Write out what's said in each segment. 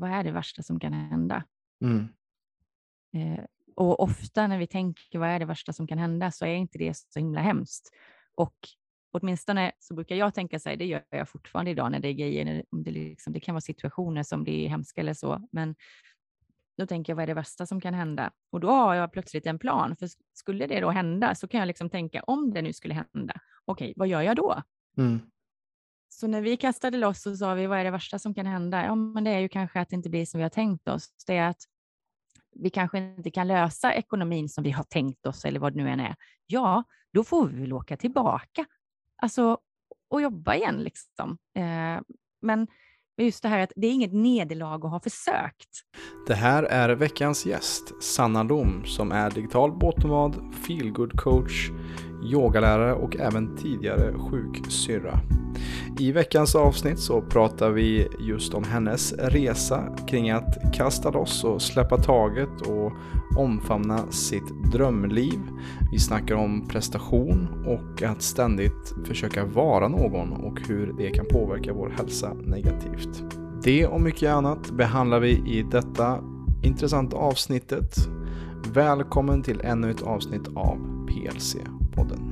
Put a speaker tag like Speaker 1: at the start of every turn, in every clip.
Speaker 1: vad är det värsta som kan hända?
Speaker 2: Mm.
Speaker 1: Och ofta när vi tänker vad är det värsta som kan hända så är inte det så himla hemskt. Och åtminstone så brukar jag tänka så här, det gör jag fortfarande idag när det är grejer, det kan vara situationer som blir hemska eller så, men då tänker jag vad är det värsta som kan hända? Och då har jag plötsligt en plan, för skulle det då hända så kan jag liksom tänka om det nu skulle hända, okej, vad gör jag då?
Speaker 2: Mm.
Speaker 1: Så när vi kastade loss så sa vi vad är det värsta som kan hända? Ja, men det är ju kanske att det inte blir som vi har tänkt oss. Det är att vi kanske inte kan lösa ekonomin som vi har tänkt oss eller vad det nu än är. Ja, då får vi väl åka tillbaka. Alltså, och jobba igen liksom. Men just det här att det är inget nederlag att ha försökt.
Speaker 2: Det här är veckans gäst, Sanna Lom, som är digital båtnomad, feelgood coach, yogalärare och även tidigare sjuksyrra. I veckans avsnitt så pratar vi just om hennes resa kring att kasta loss och släppa taget och omfamna sitt drömliv. Vi snackar om prestation och att ständigt försöka vara någon och hur det kan påverka vår hälsa negativt. Det och mycket annat behandlar vi i detta intressanta avsnittet. Välkommen till ännu ett avsnitt av PLC-podden.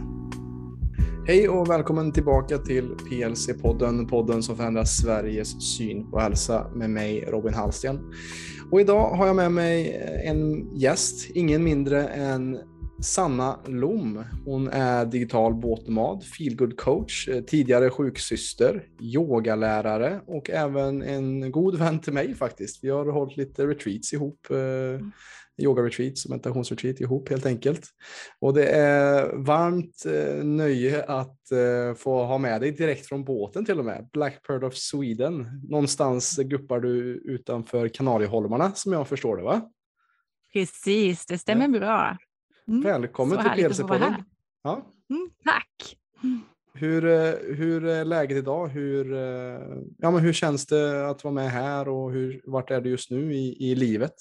Speaker 2: Hej och välkommen tillbaka till PLC-podden, podden som förändrar Sveriges syn på hälsa med mig, Robin Hallsten. Och idag har jag med mig en gäst, ingen mindre än Sanna Lom. Hon är digital båtnomad, feelgood coach, tidigare sjuksyster, yogalärare och även en god vän till mig faktiskt. Vi har hållit lite retreats ihop, yoga-retreats och meditationsretreat ihop helt enkelt. Och det är varmt nöje att få ha med dig direkt från båten till och med. Black Pearl of Sweden. Någonstans guppar du utanför Kanarieholmarna som jag förstår det, va?
Speaker 1: Precis, det stämmer bra.
Speaker 2: Välkommen till PLC-podden.
Speaker 1: Ja. Tack.
Speaker 2: Hur är läget idag? Hur känns det att vara med här och vart är du just nu i livet?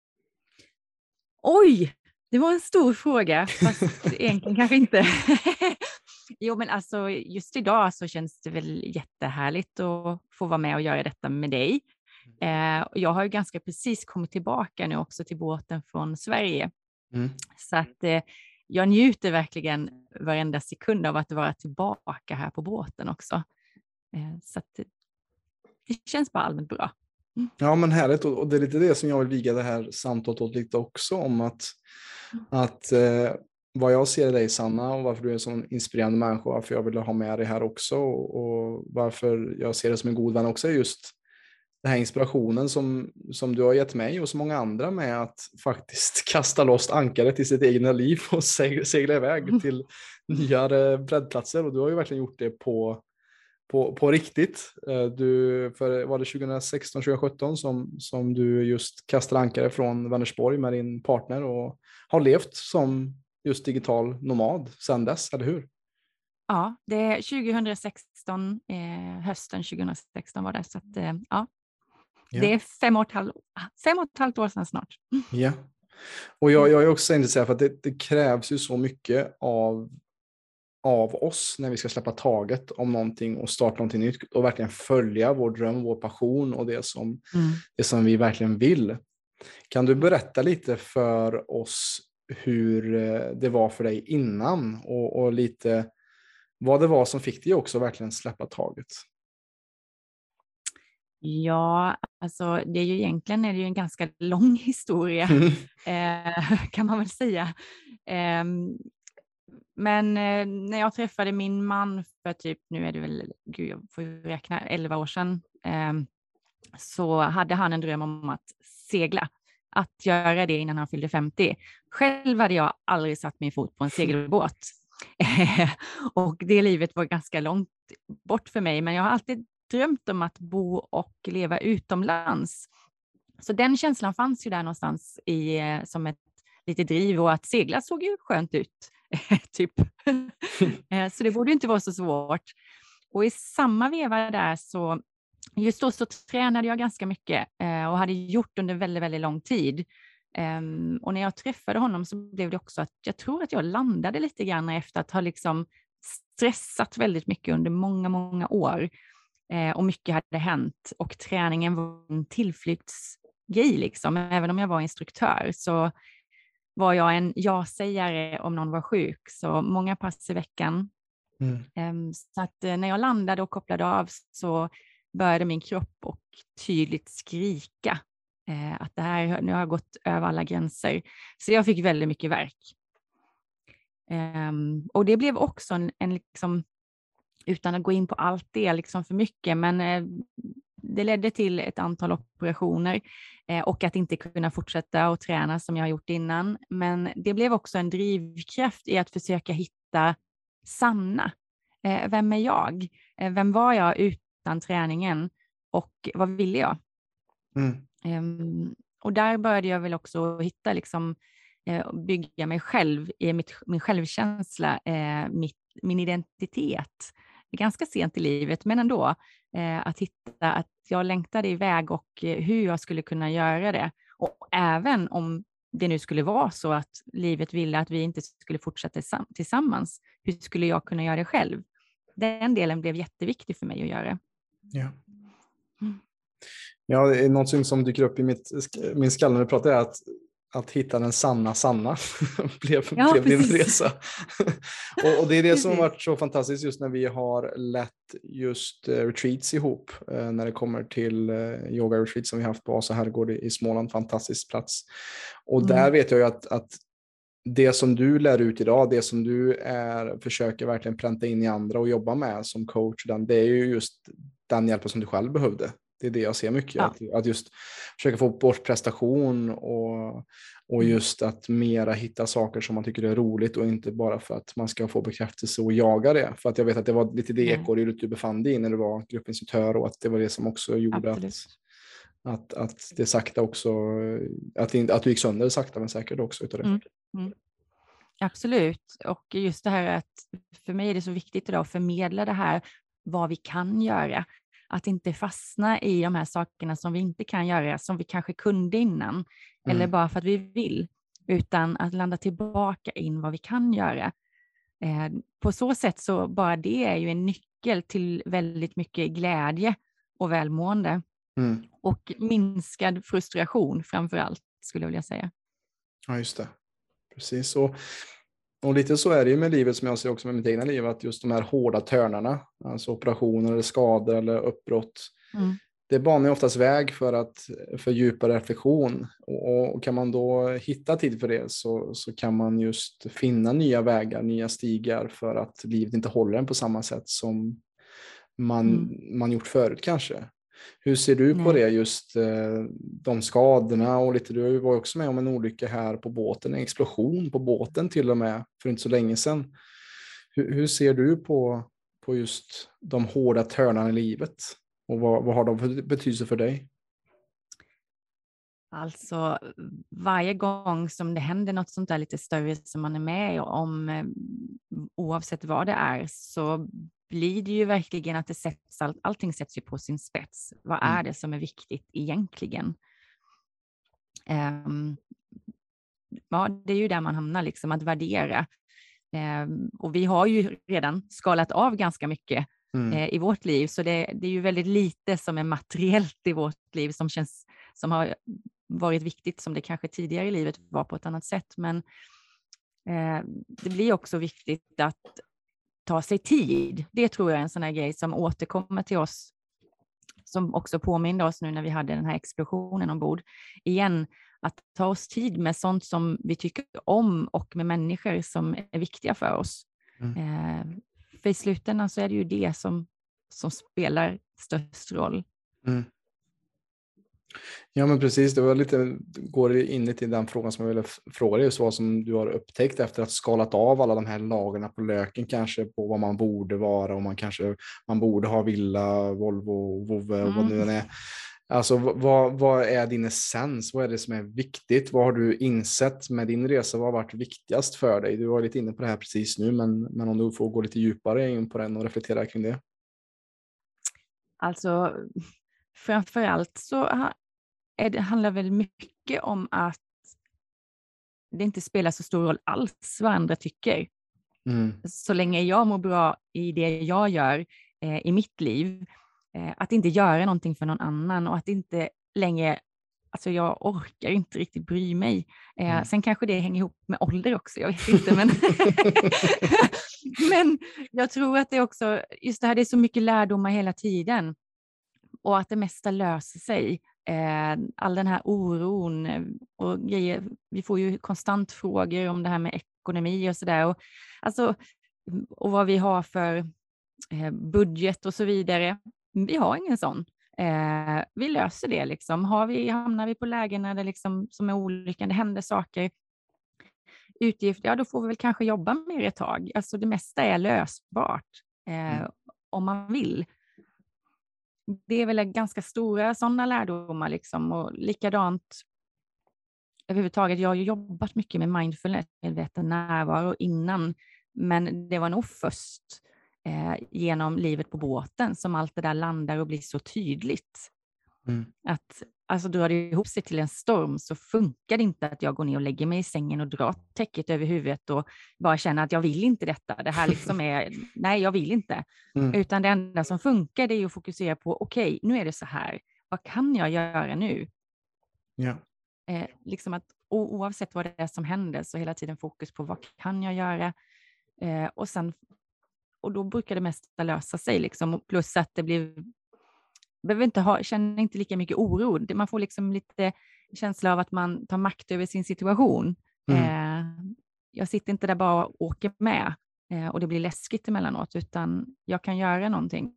Speaker 1: Oj, det var en stor fråga, fast egentligen kanske inte. Jo, men alltså just idag så känns det väl jättehärligt att få vara med och göra detta med dig. Jag har ju ganska precis kommit tillbaka nu också till båten från Sverige. Så att jag njuter verkligen varenda sekund av att vara tillbaka här på båten också. Så att det känns bara allmänt bra.
Speaker 2: Ja, men härligt, och det är lite det som jag vill viga det här samtalet åt lite också, om att vad jag ser i dig, Sanna, och varför du är en sån inspirerande människa, varför jag vill ha med dig här också och varför jag ser det som en god vän också, är just den här inspirationen som du har gett mig och så många andra med att faktiskt kasta loss ankaret i sitt egna liv och segla iväg till nyare breddplatser, och du har ju verkligen gjort det på riktigt. Var det 2016-2017 som du just kastade ankare från Vänersborg med din partner och har levt som just digital nomad sedan dess, eller hur?
Speaker 1: Ja, det är 2016, hösten 2016 var det, så att ja. Det är 5,5 år sedan snart.
Speaker 2: Ja, och jag är också intresserad för att det krävs ju så mycket av oss när vi ska släppa taget om någonting och starta någonting nytt och verkligen följa vår dröm, vår passion och det som vi verkligen vill. Kan du berätta lite för oss hur det var för dig innan och lite vad det var som fick dig också verkligen släppa taget?
Speaker 1: Ja, alltså det är ju egentligen en ganska lång historia kan man väl säga. Men när jag träffade min man för typ, nu är det väl, jag får ju räkna, 11 år sedan, så hade han en dröm om att segla. Att göra det innan han fyllde 50. Själv hade jag aldrig satt min fot på en segelbåt. Och det livet var ganska långt bort för mig, men jag har alltid drömt om att bo och leva utomlands. Så den känslan fanns ju där någonstans som ett litet driv, och att segla såg ju skönt ut. Typ. Så det borde inte vara så svårt. Och i samma veva där så just då så tränade jag ganska mycket och hade gjort under väldigt, väldigt lång tid. Och när jag träffade honom så blev det också att jag tror att jag landade lite grann efter att ha liksom stressat väldigt mycket under många, många år. Och mycket hade hänt och träningen var en tillflyktsgrej liksom. Även om jag var instruktör så var jag en ja-sägare om någon var sjuk. Så många pass i veckan. Så att när jag landade och kopplade av så började min kropp och tydligt skrika att det här nu har gått över alla gränser. Så jag fick väldigt mycket värk. Och det blev också en liksom, utan att gå in på allt det liksom för mycket, men det ledde till ett antal operationer och att inte kunna fortsätta att träna som jag har gjort innan. Men det blev också en drivkraft i att försöka hitta Sanna. Vem är jag? Vem var jag utan träningen? Och vad ville jag? Och där började jag väl också hitta, liksom, bygga mig själv i min självkänsla, min identitet. Ganska sent i livet, men ändå att hitta att jag längtade iväg och hur jag skulle kunna göra det. Och även om det nu skulle vara så att livet ville att vi inte skulle fortsätta tillsammans, hur skulle jag kunna göra det själv? Den delen blev jätteviktig för mig att göra.
Speaker 2: Ja. Ja, det är någonting som dyker upp i min skalle när du pratar, är att hitta den sanna blev din resa. och det är det som har varit så fantastiskt just när vi har lett just retreats ihop, när det kommer till yoga retreats som vi haft på Asa herrgård i Småland, fantastisk plats. Och där vet jag ju att det som du lär ut idag, det som du försöker verkligen pränta in i andra och jobba med som coach, det är ju just den hjälpen som du själv behövde. Det är det jag ser mycket, att just försöka få bort prestation och just att mera hitta saker som man tycker är roligt och inte bara för att man ska få bekräftelse och jaga det. För att jag vet att det var lite det ekorrhjulet du befann dig i när du var gruppinstruktör, och att det var det som också gjorde att det sakta också, att du gick sönder sakta men säkert också utav det.
Speaker 1: Absolut, och just det här att för mig är det så viktigt idag att förmedla det här, vad vi kan göra. Att inte fastna i de här sakerna som vi inte kan göra, som vi kanske kunde innan, eller bara för att vi vill, utan att landa tillbaka in vad vi kan göra. På så sätt så bara det är ju en nyckel till väldigt mycket glädje och välmående. Och minskad frustration framför allt, skulle jag vilja säga.
Speaker 2: Ja, just det. Precis. Och lite så är det ju med livet, som jag ser också med mitt egna liv, att just de här hårda törnarna, alltså operationer eller skador eller uppbrott, det banar ju oftast väg för djupare reflektion. Och kan man då hitta tid för det så kan man just finna nya vägar, nya stigar, för att livet inte håller en på samma sätt som man gjort förut kanske. Hur ser du på det, just de skadorna, och lite, du var också med om en olycka här på båten, en explosion på båten till och med för inte så länge sedan. Hur ser du på just de hårda törnarna i livet, och vad har de för betydelse för dig?
Speaker 1: Alltså varje gång som det händer något sånt där lite större som man är med om, oavsett vad det är, så blir det ju verkligen att allting sätts ju på sin spets. Vad är det som är viktigt egentligen? Ja, det är ju där man hamnar, liksom, att värdera. Och vi har ju redan skalat av ganska mycket i vårt liv, så det är ju väldigt lite som är materiellt i vårt liv som har varit viktigt, som det kanske tidigare i livet var på ett annat sätt. Men det blir också viktigt att ta sig tid. Det tror jag är en sån här grej som återkommer till oss, som också påminner oss nu när vi hade den här explosionen ombord. Igen, att ta oss tid med sånt som vi tycker om och med människor som är viktiga för oss. För i slutändan så är det ju det som spelar störst roll.
Speaker 2: Ja, men precis, det var går in lite i den frågan som jag ville fråga dig, just vad som du har upptäckt efter att skalat av alla de här lagarna på löken, kanske på vad man borde vara, och man borde ha villa, Volvo, Vove och vad nu än är. Alltså vad är din essens? Vad är det som är viktigt? Vad har du insett med din resa? Vad har varit viktigast för dig? Du var lite inne på det här precis nu, men om du får gå lite djupare in på den och reflektera kring det.
Speaker 1: Alltså framförallt så handlar väl mycket om att det inte spelar så stor roll alls vad andra tycker. Så länge jag mår bra i det jag gör i mitt liv, att inte göra någonting för någon annan och att inte längre, alltså jag orkar inte riktigt bry mig. Sen kanske det hänger ihop med ålder också, jag vet inte. Men jag tror att det också, just det här, det är så mycket lärdomar hela tiden. Och att det mesta löser sig. All den här oron och grejer. Vi får ju konstant frågor om det här med ekonomi och sådär. Och vad vi har för budget och så vidare. Vi har ingen sån. Vi löser det liksom. Hamnar vi på lägen när det liksom, som är olyckan, det händer saker, utgifter, ja då får vi väl kanske jobba mer ett tag. Alltså det mesta är lösbart om man vill. Det är väl ganska stora sådana lärdomar liksom, och likadant överhuvudtaget. Jag har ju jobbat mycket med mindfulness, medveten närvaro innan, men det var nog först genom livet på båten som allt det där landar och blir så tydligt. Att alltså drar det ihop sig till en storm så funkar det inte att jag går ner och lägger mig i sängen och drar täcket över huvudet och bara känner att jag vill inte detta. Det här liksom är, nej jag vill inte. Utan det enda som funkar det är att fokusera på, okej, nu är det så här. Vad kan jag göra nu?
Speaker 2: Ja.
Speaker 1: Liksom att oavsett vad det är som händer så hela tiden fokus på vad kan jag göra? Och då brukar det mesta lösa sig liksom. Plus att det känner inte lika mycket oro. Man får liksom lite känsla av att man tar makt över sin situation. Jag sitter inte där bara och åker med och det blir läskigt emellanåt, utan jag kan göra någonting.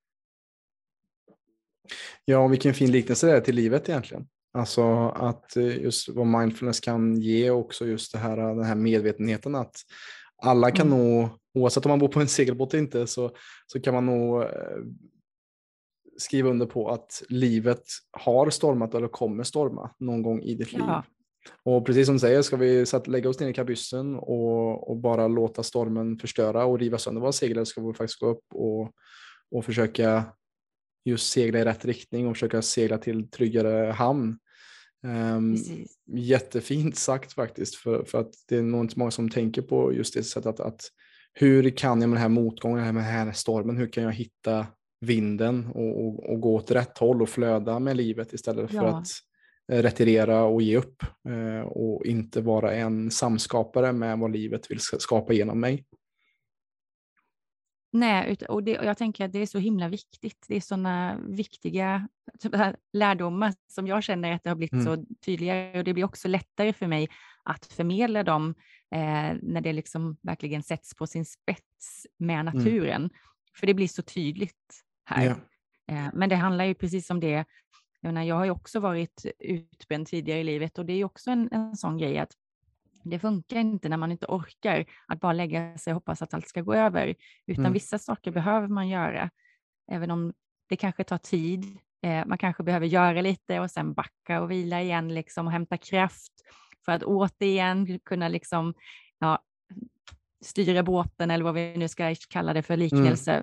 Speaker 2: Ja, vilken fin liknelse det är till livet egentligen. Alltså att just vad mindfulness kan ge också, just den här medvetenheten att alla kan nog, oavsett om man bor på en segelbåt eller inte, så kan man nog skriva under på att livet har stormat eller kommer storma någon gång i ditt liv. Och precis som du säger, ska vi lägga oss ner i kabyssen och bara låta stormen förstöra och riva sönder våra segel, ska vi faktiskt gå upp och försöka just segla i rätt riktning och försöka segla till tryggare hamn. Jättefint sagt faktiskt, för att det är nog inte många som tänker på just det sättet att hur kan jag med den här motgången, med den här stormen, hur kan jag hitta vinden och gå åt rätt håll och flöda med livet istället för att retirera och ge upp och inte vara en samskapare med vad livet vill skapa genom mig.
Speaker 1: Nej, och jag tänker att det är så himla viktigt. Det är sådana viktiga lärdomar som jag känner att det har blivit så tydligare, och det blir också lättare för mig att förmedla dem när det liksom verkligen sätts på sin spets med naturen. För det blir så tydligt här. Men det handlar ju precis om det. Jag har ju också varit utbränd tidigare i livet, och det är ju också en sån grej att det funkar inte när man inte orkar att bara lägga sig och hoppas att allt ska gå över. Utan vissa saker behöver man göra. Även om det kanske tar tid. Man kanske behöver göra lite och sen backa och vila igen liksom, och hämta kraft. För att återigen kunna liksom, styra båten, eller vad vi nu ska kalla det för liknelse.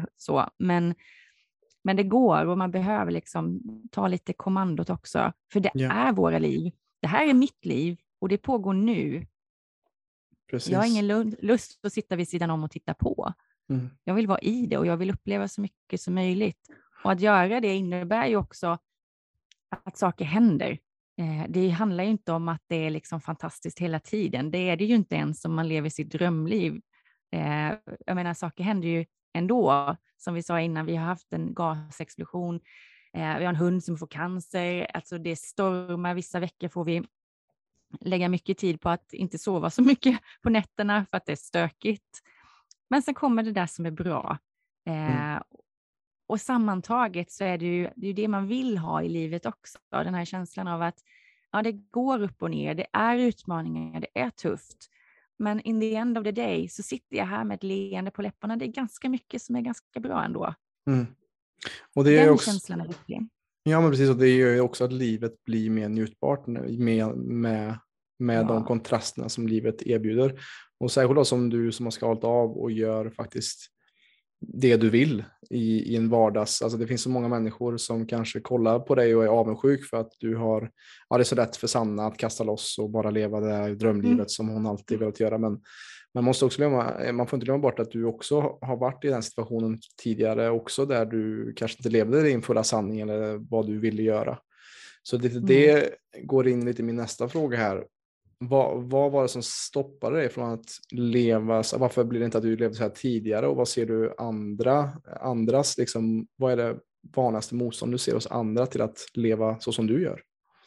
Speaker 1: Men det går, och man behöver liksom ta lite kommandot också. För det är våra liv. Det här är mitt liv. Och det pågår nu. Precis. Jag har ingen lust att sitta vid sidan om och titta på. Jag vill vara i det och jag vill uppleva så mycket som möjligt. Och att göra det innebär ju också att saker händer. Det handlar ju inte om att det är liksom fantastiskt hela tiden. Det är det ju inte ens om man lever sitt drömliv. Jag menar, saker händer ju ändå. Som vi sa innan, vi har haft en gasexplosion. Vi har en hund som får cancer. Alltså det stormar. Vissa veckor får vi lägga mycket tid på att inte sova så mycket på nätterna för att det är stökigt. Men sen kommer det där som är bra. Och sammantaget så är det ju det man vill ha i livet också. Den här känslan av att det går upp och ner, det är utmaningar, det är tufft. Men in the end of the day så sitter jag här med ett leende på läpparna. Det är ganska mycket som är ganska bra ändå.
Speaker 2: Och det är
Speaker 1: den
Speaker 2: också
Speaker 1: känslan är viktig.
Speaker 2: Ja, men precis, och det gör ju också att livet blir mer njutbart med de kontrasterna som livet erbjuder. Och särskilt då som du som har skalat av och gör faktiskt det du vill i en vardags. Alltså det finns så många människor som kanske kollar på dig och är avundsjuk för att du har, det är så lätt för Sanna att kasta loss och bara leva det här drömlivet som hon alltid velat göra. Men man måste också man får inte glömma bort att du också har varit i den situationen tidigare också, där du kanske inte levde din fulla sanning eller vad du ville göra. Så det går in lite i min nästa fråga här. Vad var det som stoppade dig från att leva? Varför blir det inte att du levde så här tidigare? Och vad ser du andras, liksom, vad är det vanligaste motstånd du ser hos andra till att leva så som du gör?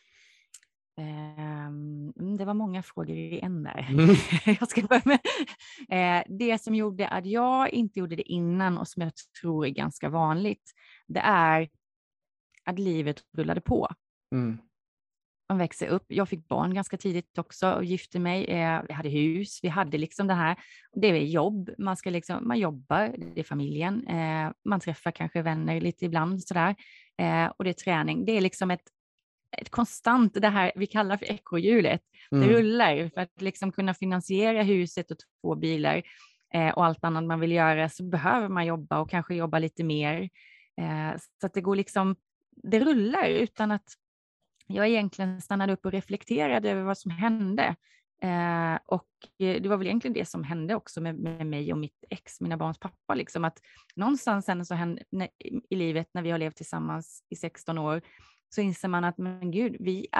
Speaker 1: Det var många frågor i en där.
Speaker 2: Mm.
Speaker 1: Jag ska börja med det som gjorde att jag inte gjorde det innan och som jag tror är ganska vanligt. Det är att livet rullade på.
Speaker 2: Mm.
Speaker 1: Man växer upp. Jag fick barn ganska tidigt också och gifte mig. Vi hade hus. Vi hade liksom det här. Det är jobb. Man jobbar. Det är familjen. Man träffar kanske vänner lite ibland sådär. Och det är träning. Det är liksom ett konstant, det här vi kallar för ekorrhjulet. Det rullar för att liksom kunna finansiera huset och 2 bilar och allt annat man vill göra, så behöver man jobba och kanske jobba lite mer. Så att det går liksom, det rullar utan att jag egentligen stannade upp och reflekterade över vad som hände. Och det var väl egentligen det som hände också med mig och mitt ex, mina barns pappa. Liksom, att någonstans sen så hände, i livet när vi har levt tillsammans i 16 år, så inser man att men gud,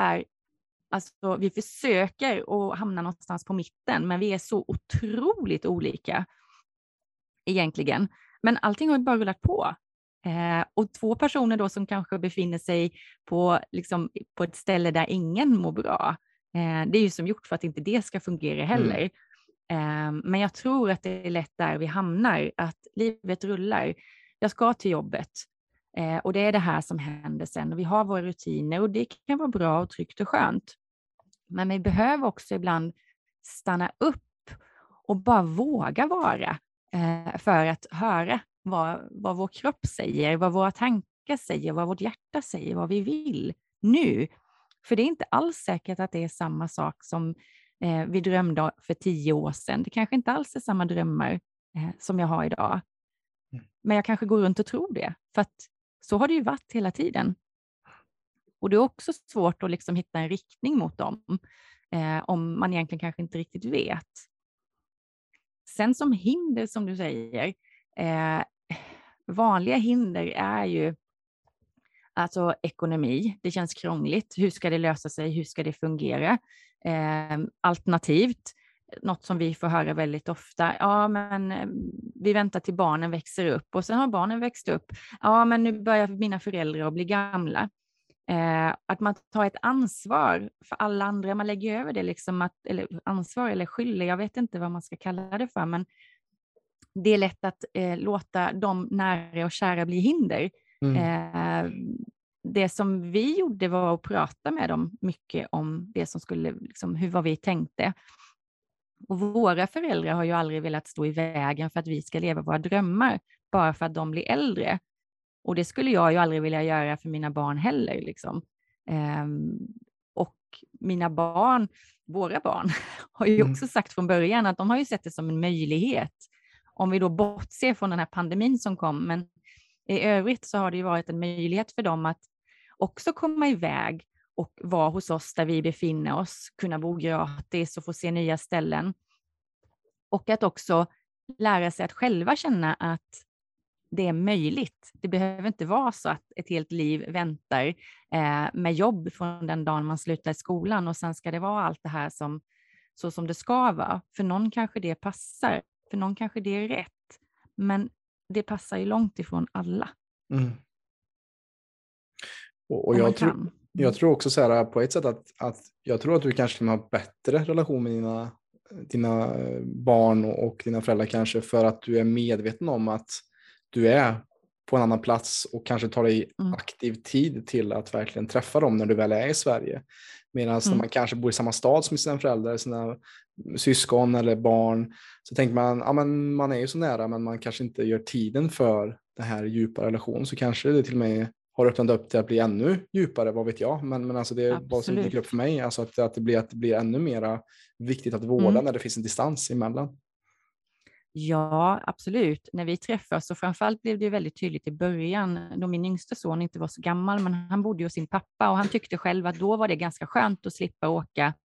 Speaker 1: vi försöker att hamna någonstans på mitten, men vi är så otroligt olika egentligen. Men allting har ju bara rullat på. Och 2 personer då som kanske befinner sig på ett ställe där ingen mår bra. Det är ju som gjort för att inte det ska fungera heller. Men jag tror att det är lätt där vi hamnar, att livet rullar. Jag ska till jobbet. Och det är det här som händer sen. Vi har våra rutiner och det kan vara bra och tryggt och skönt. Men vi behöver också ibland stanna upp och bara våga vara. För att höra vad vår kropp säger, vad våra tankar säger, vad vårt hjärta säger, vad vi vill nu. För det är inte alls säkert att det är samma sak som vi drömde för 10 år sedan. Det kanske inte alls är samma drömmar som jag har idag. Men jag kanske går runt och tror det. För att så har det ju varit hela tiden. Och det är också svårt att liksom hitta en riktning mot dem. Om man egentligen kanske inte riktigt vet. Sen som hinder, som du säger. Vanliga hinder är ju alltså ekonomi. Det känns krångligt. Hur ska det lösa sig? Hur ska det fungera? Alternativt, något som vi får höra väldigt ofta. Ja, men vi väntar till barnen växer upp. Och sen har barnen växt upp. Ja, men nu börjar mina föräldrar att bli gamla. Att man tar ett ansvar för alla andra. Man lägger över det liksom eller ansvar eller skyller. Jag vet inte vad man ska kalla det för. Men det är lätt att låta de nära och kära bli hinder. Det som vi gjorde var att prata med dem mycket om det som skulle, liksom, vad vi tänkte. Och våra föräldrar har ju aldrig velat stå i vägen för att vi ska leva våra drömmar, bara för att de blir äldre. Och det skulle jag ju aldrig vilja göra för mina barn heller. Liksom. Och våra barn, har ju också sagt från början att de har ju sett det som en möjlighet. Om vi då bortser från den här pandemin som kom, men i övrigt så har det ju varit en möjlighet för dem att också komma iväg och vara hos oss där vi befinner oss, kunna bo gratis och få se nya ställen. Och att också lära sig att själva känna att det är möjligt. Det behöver inte vara så att ett helt liv väntar med jobb från den dagen man slutar i skolan och sen ska det vara allt det här så som det ska vara. För någon kanske det passar, för någon kanske det är rätt. Men det passar ju långt ifrån alla.
Speaker 2: Och jag tror också så här på ett sätt att jag tror att du kanske kan ha bättre relation med dina barn och dina föräldrar kanske, för att du är medveten om att du är på en annan plats och kanske tar dig aktiv tid till att verkligen träffa dem när du väl är i Sverige. Medan när man kanske bor i samma stad som sina föräldrar, sina syskon eller barn, så tänker man, ja men man är ju så nära, men man kanske inte gör tiden för den här djupa relationen, så kanske det till och med har öppnat upp till att bli ännu djupare, vad vet jag. Men alltså det är vad som dyker upp för mig, alltså att det blir ännu mer viktigt att vårda när det finns en distans emellan.
Speaker 1: Ja, absolut. När vi träffas, och framförallt blev det väldigt tydligt i början, då min yngsta son inte var så gammal, men han bodde hos sin pappa och han tyckte själv att då var det ganska skönt att slippa åka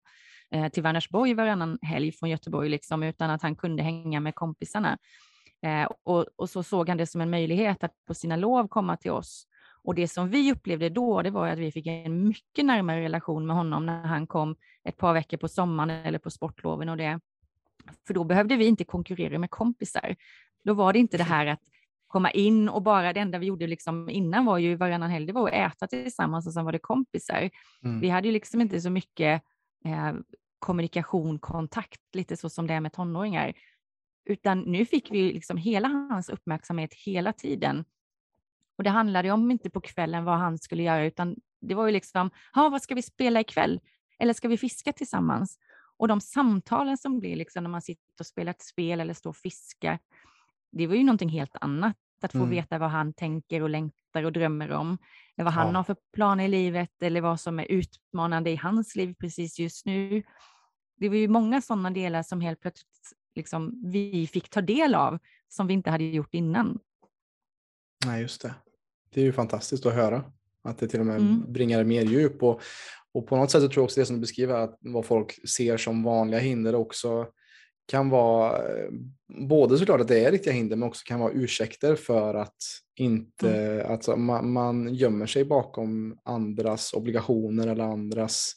Speaker 1: till Vänersborg varannan helg från Göteborg, liksom, utan att han kunde hänga med kompisarna. Och så såg han det som en möjlighet att på sina lov komma till oss. Och det som vi upplevde då, det var att vi fick en mycket närmare relation med honom när han kom ett par veckor på sommaren eller på sportloven och det. För då behövde vi inte konkurrera med kompisar. Då var det inte det här att komma in och bara det enda vi gjorde liksom innan var ju varannan helg, det var att äta tillsammans och sen var det kompisar. Vi hade ju liksom inte så mycket kommunikation, kontakt, lite så som det är med tonåringar. Utan nu fick vi liksom hela hans uppmärksamhet hela tiden. Och det handlade om inte på kvällen vad han skulle göra, utan det var ju liksom, vad ska vi spela ikväll? Eller ska vi fiska tillsammans? Och de samtalen som blir liksom när man sitter och spelar ett spel eller står och fiskar, det var ju någonting helt annat. Att få veta vad han tänker och längtar och drömmer om. Vad han har för planer i livet eller vad som är utmanande i hans liv precis just nu. Det var ju många sådana delar som helt plötsligt liksom vi fick ta del av som vi inte hade gjort innan.
Speaker 2: Nej, just det. Det är ju fantastiskt att höra. Att det till och med bringar mer djup. Och på något sätt så tror jag också det som du beskriver, att vad folk ser som vanliga hinder också kan vara både såklart att det är riktiga hinder, men också kan vara ursäkter för att inte, alltså man gömmer sig bakom andras obligationer eller andras,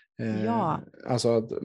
Speaker 2: alltså att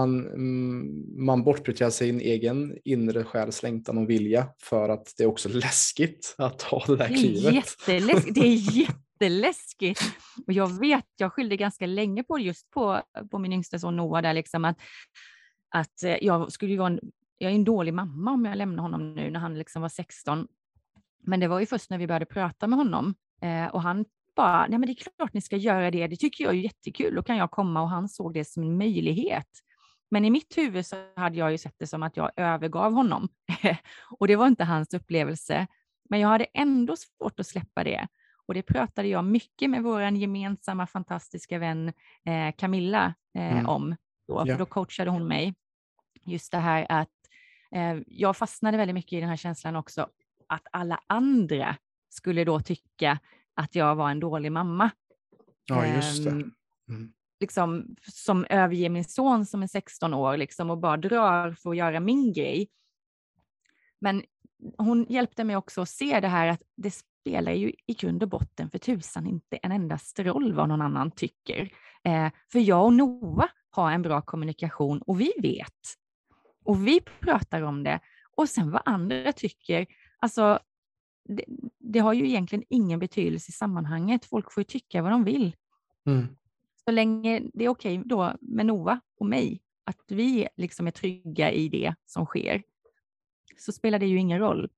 Speaker 2: man bortprioriterar sin egen inre själs längtan och vilja för att det är också läskigt att ta det där klivet.
Speaker 1: Det är jätteläskigt. Och jag skyllde ganska länge på just på min yngsta son Noah där liksom att jag skulle ju jag är en dålig mamma om jag lämnar honom nu när han liksom var 16. Men det var ju först när vi började prata med honom och han bara, nej men det är klart ni ska göra det. Det tycker jag är jättekul. Då kan jag komma, och han såg det som en möjlighet. Men i mitt huvud så hade jag ju sett det som att jag övergav honom. Och det var inte hans upplevelse. Men jag hade ändå svårt att släppa det. Och det pratade jag mycket med vår gemensamma fantastiska vän Camilla om. För då coachade hon mig. Just det här att jag fastnade väldigt mycket i den här känslan också. Att alla andra skulle då tycka att jag var en dålig mamma.
Speaker 2: Ja, just det.
Speaker 1: Liksom, som överger min son som är 16 år liksom, och bara drar för att göra min grej. Men hon hjälpte mig också att se det här att det spelar ju i grund och botten för tusan inte en endast roll vad någon annan tycker. För jag och Noah har en bra kommunikation och vi vet. Och vi pratar om det. Och sen vad andra tycker, alltså det har ju egentligen ingen betydelse i sammanhanget. Folk får ju tycka vad de vill. Så länge det är okej då med Noah och mig, att vi liksom är trygga i det som sker, så spelar det ju ingen roll.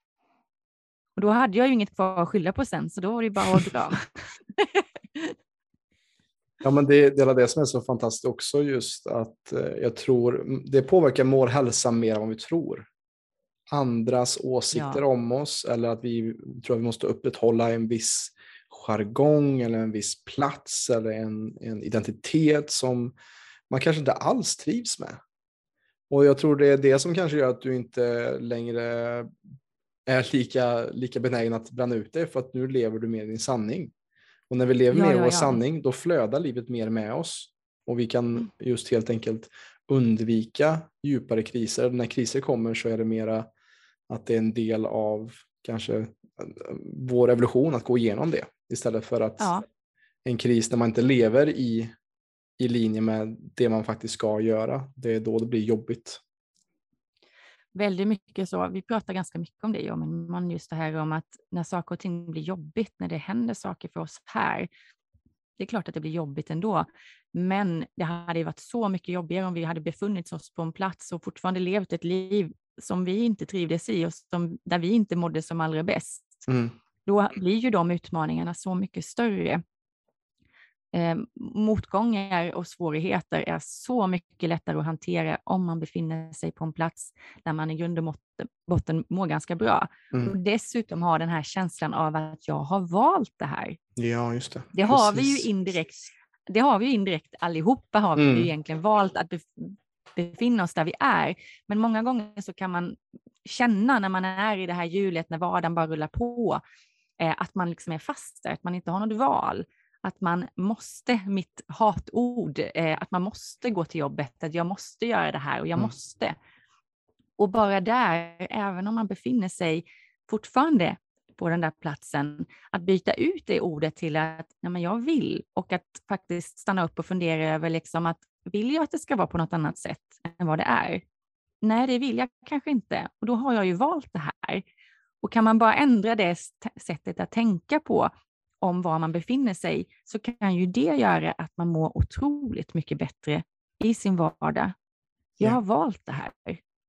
Speaker 1: Och då hade jag ju inget kvar att skylla på sen, så då var det bara att dra.
Speaker 2: Ja, men det är det som är så fantastiskt också, just att jag tror det påverkar vår hälsa mer än vad vi tror. Andras åsikter om oss, eller att vi tror att vi måste upprätthålla en viss jargong eller en viss plats eller en identitet som man kanske inte alls trivs med. Och jag tror det är det som kanske gör att du inte längre är lika benägen att bränna ut dig, för att nu lever du mer i din sanning. Och när vi lever mer i vår sanning, då flödar livet mer med oss. Och vi kan just helt enkelt undvika djupare kriser. När kriser kommer så är det mera att det är en del av kanske vår evolution att gå igenom det. Istället för att en kris där man inte lever i linje med det man faktiskt ska göra. Det är då det blir jobbigt. Väldigt
Speaker 1: mycket så. Vi pratar ganska mycket om det. Men man just det här om att när saker och ting blir jobbigt, när det händer saker för oss här. Det är klart att det blir jobbigt ändå. Men det hade varit så mycket jobbigare om vi hade befunnit oss på en plats och fortfarande levt ett liv som vi inte trivdes i och där vi inte mådde som allra bäst. Då blir ju de utmaningarna så mycket större. Motgångar och svårigheter är så mycket lättare att hantera om man befinner sig på en plats där man i grund och botten mår ganska bra. Och dessutom har den här känslan av att jag har valt det här.
Speaker 2: Ja, just det.
Speaker 1: Det har vi ju indirekt. Det har vi ju indirekt allihopa, har vi ju egentligen valt att befinna oss där vi är. Men många gånger så kan man känna när man är i det här hjulet, när vardagen bara rullar på, att man liksom är fast där, att man inte har något val. att man måste, mitt hatord, att man måste gå till jobbet, att jag måste göra det här och jag måste. Och bara där, även om man befinner sig fortfarande på den där platsen, att byta ut det ordet till att nej, men jag vill, och att faktiskt stanna upp och fundera över liksom att vill jag att det ska vara på något annat sätt än vad det är? Nej, det vill jag kanske inte, och då har jag ju valt det här. Och kan man bara ändra det sättet att tänka på om var man befinner sig, så kan ju det göra att man mår otroligt mycket bättre i sin vardag. Jag har valt det här.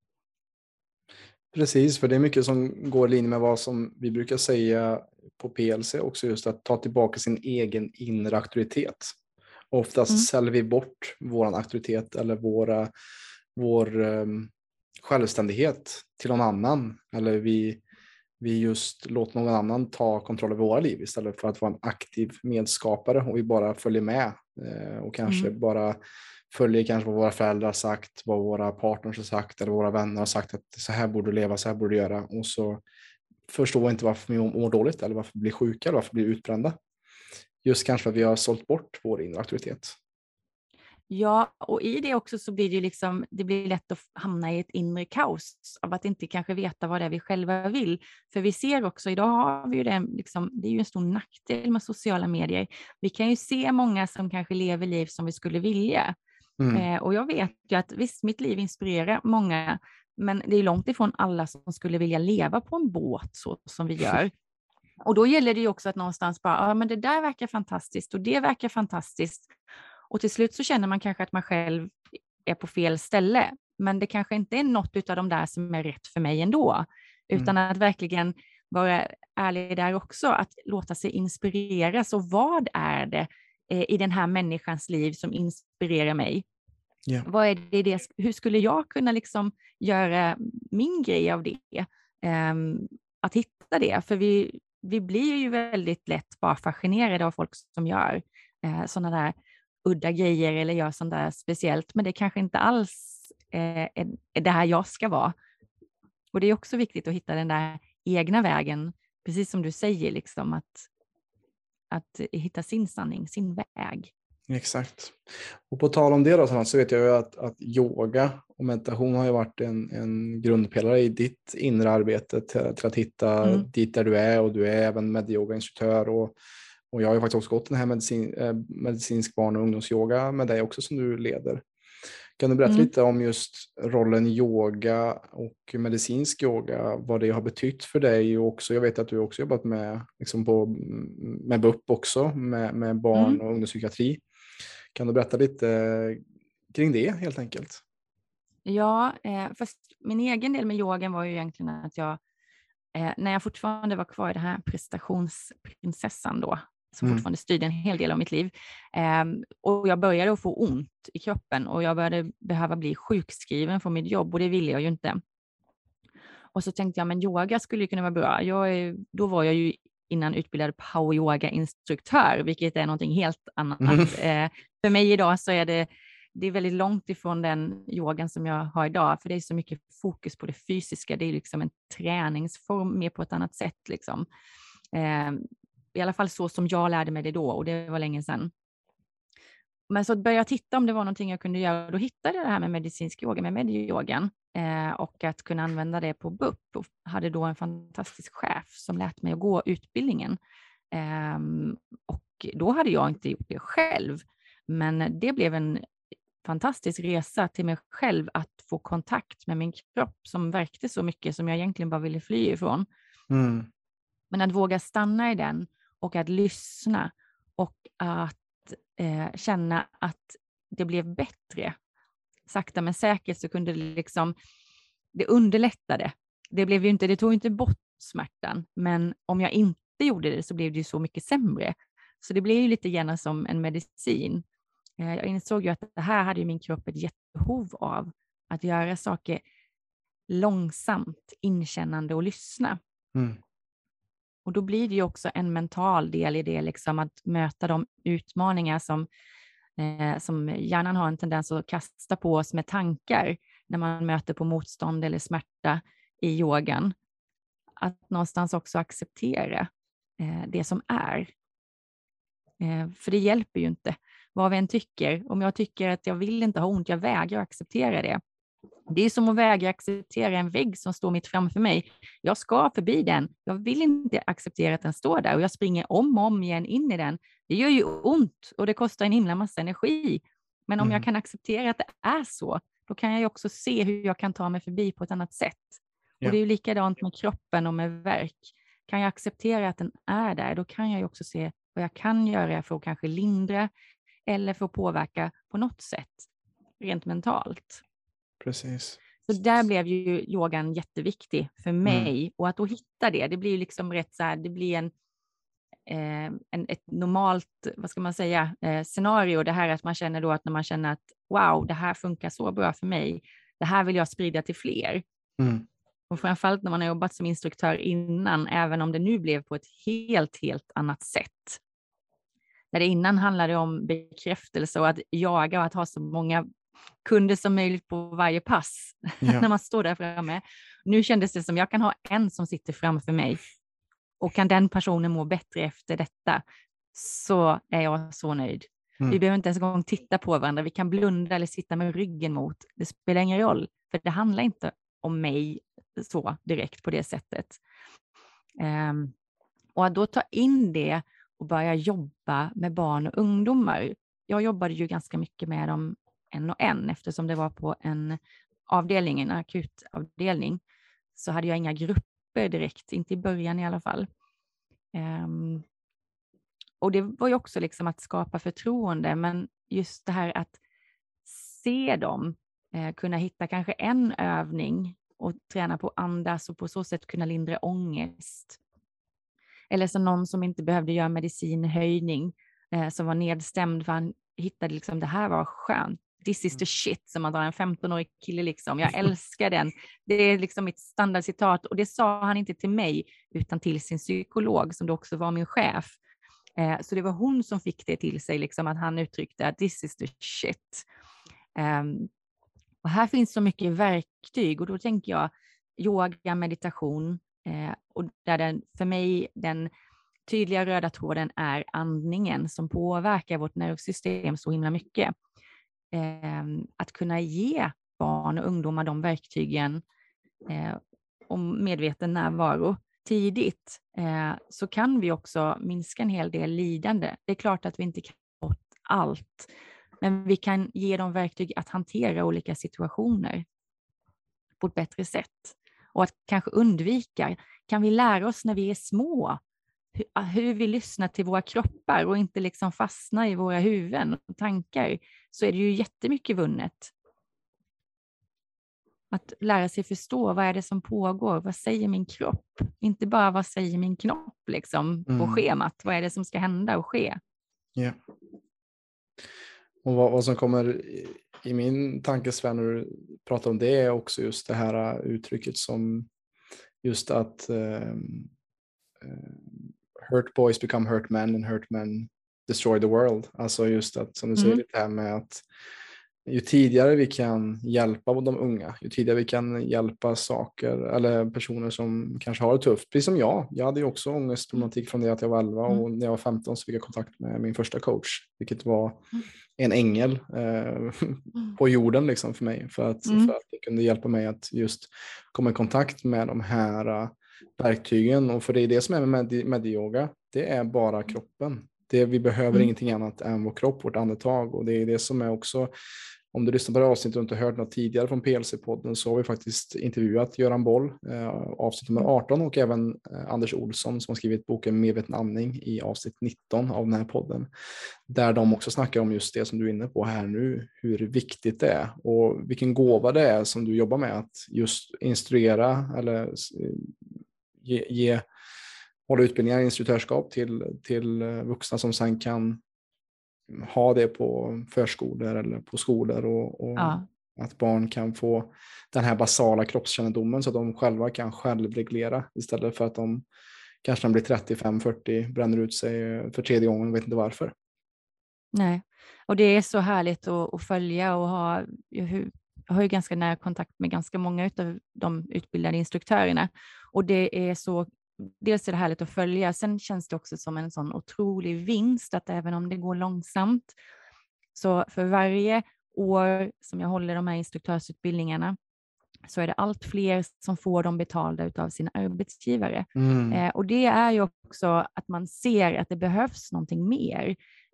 Speaker 2: Precis, för det är mycket som går i linje med vad som vi brukar säga på PLC också, just att ta tillbaka sin egen inre auktoritet. Oftast säljer vi bort vår auktoritet eller vår självständighet till någon annan, eller vi just låter någon annan ta kontroll över våra liv istället för att vara en aktiv medskapare, och vi bara följer med och kanske bara följer kanske vad våra föräldrar har sagt, vad våra partners har sagt eller våra vänner har sagt, att så här borde du leva, så här borde du göra, och så förstår inte varför vi mår dåligt eller varför vi blir sjuka eller varför vi blir utbrända. Just kanske för att vi har sålt bort vår inre auktoritet.
Speaker 1: Ja, och i det också så blir det ju liksom, det blir lätt att hamna i ett inre kaos av att inte kanske veta vad det är vi själva vill. För vi ser också, idag har vi ju det, liksom, det är ju en stor nackdel med sociala medier. Vi kan ju se många som kanske lever liv som vi skulle vilja. Och jag vet ju att visst, mitt liv inspirerar många, men det är långt ifrån alla som skulle vilja leva på en båt så som vi gör. Och då gäller det ju också att någonstans bara, ja men det där verkar fantastiskt och det verkar fantastiskt. Och till slut så känner man kanske att man själv är på fel ställe. Men det kanske inte är något av de där som är rätt för mig ändå. Utan att verkligen vara ärlig där också. Att låta sig inspireras. Och vad är det i den här människans liv som inspirerar mig?
Speaker 2: Yeah.
Speaker 1: Vad är det, hur skulle jag kunna liksom göra min grej av det? Att hitta det. För vi blir ju väldigt lätt bara fascinerade av folk som gör sådana där udda grejer eller gör sånt där speciellt, men det kanske inte alls är det här jag ska vara. Och det är också viktigt att hitta den där egna vägen, precis som du säger, liksom att hitta sin sanning, sin väg.
Speaker 2: Exakt. Och på tal om det då, så vet jag ju att yoga och meditation har ju varit en grundpelare i ditt inre arbete till att hitta dit där du är, och du är även medyogainstruktör, och jag har ju faktiskt också gått den här medicinsk barn- och ungdomsyoga med dig också som du leder. Kan du berätta lite om just rollen yoga och medicinsk yoga, vad det har betytt för dig? Och också, jag vet att du också jobbat med, liksom med BUP också, med barn- och ungdomspsykiatri. Kan du berätta lite kring det helt enkelt?
Speaker 1: Ja, fast min egen del med yogan var ju egentligen att jag, när jag fortfarande var kvar i det här prestationsprinsessan då, som fortfarande styrde en hel del av mitt liv. Och jag började att få ont i kroppen och jag började behöva bli sjukskriven från mitt jobb, och det ville jag ju inte. Och så tänkte jag, men yoga skulle ju kunna vara bra. Då var jag ju innan utbildad power yoga-instruktör, vilket är någonting helt annat. För mig idag så är det är väldigt långt ifrån den yogan som jag har idag, för det är så mycket fokus på det fysiska. Det är liksom en träningsform mer på ett annat sätt. Liksom. I alla fall så som jag lärde mig det då, och det var länge sedan. Men så började jag titta om det var någonting jag kunde göra, och då hittade jag det här med medicinsk yoga, med medyogan, och att kunna använda det på BUP, och hade då en fantastisk chef som lät mig att gå utbildningen. Och då hade jag inte gjort det själv, men det blev en fantastisk resa till mig själv att få kontakt med min kropp som verkte så mycket, som jag egentligen bara ville fly ifrån. Men att våga stanna i den och att lyssna och att känna att det blev bättre. Sakta men säkert så kunde det underlättade. Det tog inte bort smärtan, men om jag inte gjorde det så blev det ju så mycket sämre. Så det blev ju lite gärna som en medicin. Jag insåg ju att det här hade ju min kropp ett jättebehov av, att göra saker långsamt, inkännande och lyssna. Och då blir det ju också en mental del i det, liksom att möta de utmaningar som hjärnan har en tendens att kasta på oss med tankar när man möter på motstånd eller smärta i yogan. Att någonstans också acceptera det som är. För det hjälper ju inte vad vi än tycker. Om jag tycker att jag vill inte ha ont, jag vägrar acceptera det. Det är som att vägra acceptera en vägg som står mitt framför mig. Jag ska förbi den. Jag vill inte acceptera att den står där och jag springer om och om igen in i den. Det gör ju ont och det kostar en himla massa energi. Men om jag kan acceptera att det är så, då kan jag ju också se hur jag kan ta mig förbi på ett annat sätt. Och det är ju likadant med kroppen och med värk. Kan jag acceptera att den är där, då kan jag ju också se vad jag kan göra för att kanske lindra eller för att påverka på något sätt, rent mentalt.
Speaker 2: Precis.
Speaker 1: Så där blev ju yogan jätteviktig för mig. Och att då hitta det blir ju liksom rätt så här, det blir ett normalt, vad ska man säga, scenario. Det här att man känner då att när man känner att wow, det här funkar så bra för mig. Det här vill jag sprida till fler. Och framförallt när man har jobbat som instruktör innan, även om det nu blev på ett helt annat sätt. Där det innan handlade om bekräftelse och att jaga och att ha så många kunder som möjligt på varje pass när man står där framme. Nu kändes det som jag kan ha en som sitter framför mig och kan den personen må bättre efter detta, så är jag så nöjd. Vi behöver inte ens en gång titta på varandra. Vi kan blunda eller sitta med ryggen mot. Det spelar ingen roll, för det handlar inte om mig så direkt på det sättet. Och att då ta in det och börja jobba med barn och ungdomar. Jag jobbade ju ganska mycket med dem en och en, eftersom det var på en avdelning, en akutavdelning, så hade jag inga grupper direkt, inte i början i alla fall. Och det var ju också liksom att skapa förtroende, men just det här att se dem, kunna hitta kanske en övning och träna på andas och på så sätt kunna lindra ångest. Eller som någon som inte behövde göra medicinhöjning, som var nedstämd för han hittade liksom, det här var skönt. This is the shit, som man drar en 15-årig kille liksom. Jag älskar den. Det är liksom mitt standardcitat, och det sa han inte till mig utan till sin psykolog som då också var min chef. Så det var hon som fick det till sig, liksom, att han uttryckte att this is the shit. Och här finns så mycket verktyg, och då tänker jag yoga, meditation, och där för mig den tydliga röda tråden är andningen som påverkar vårt nervsystem så himla mycket. Att kunna ge barn och ungdomar de verktygen om medveten närvaro tidigt, så kan vi också minska en hel del lidande. Det är klart att vi inte kan få bort allt, men vi kan ge dem verktyg att hantera olika situationer på ett bättre sätt. Och att kanske undvika, kan vi lära oss när vi är små hur vi lyssnar till våra kroppar och inte liksom fastna i våra huvuden och tankar, så är det ju jättemycket vunnet. Att lära sig förstå, vad är det som pågår? Vad säger min kropp? Inte bara vad säger min knopp liksom, på schemat. Vad är det som ska hända och ske?
Speaker 2: Ja. Och vad som kommer i min tankesfär när du pratar om det är också just det här uttrycket som just att hurt boys become hurt men and hurt men destroy the world. Alltså just att, som du säger, det här med att ju tidigare vi kan hjälpa de unga, ju tidigare vi kan hjälpa saker eller personer som kanske har det tufft. Precis som jag. Jag hade ju också ångestproblematik från det att jag var 11 och när jag var 15 så fick jag kontakt med min första coach, vilket var en ängel på jorden liksom för mig. För att det kunde hjälpa mig att just komma i kontakt med de här verktygen. Och för det är det som är med yoga, det är bara kroppen. Vi behöver ingenting annat än vår kropp, vårt andetag. Och det är det som är också, om du lyssnar på det avsnittet och inte hört något tidigare från PLC-podden, så har vi faktiskt intervjuat Göran Boll, avsnitt nummer 18, och även Anders Olsson som har skrivit boken Medveten andning i avsnitt 19 av den här podden. Där de också snackar om just det som du är inne på här nu, hur viktigt det är och vilken gåva det är som du jobbar med att just instruera eller hålla utbildningar i instruktörskap till vuxna som sen kan ha det på förskolor eller på skolor och att barn kan få den här basala kroppskännedomen så att de själva kan självreglera istället för att de kanske när de blir 35-40 bränner ut sig för tredje gången och vet inte varför.
Speaker 1: Nej, och det är så härligt att följa och jag har ju ganska nära kontakt med ganska många av de utbildade instruktörerna, och det är så dels är det härligt att följa. Sen känns det också som en sån otrolig vinst att även om det går långsamt, så för varje år som jag håller de här instruktörsutbildningarna så är det allt fler som får dem betalda av sina arbetsgivare. Och det är ju också att man ser att det behövs någonting mer.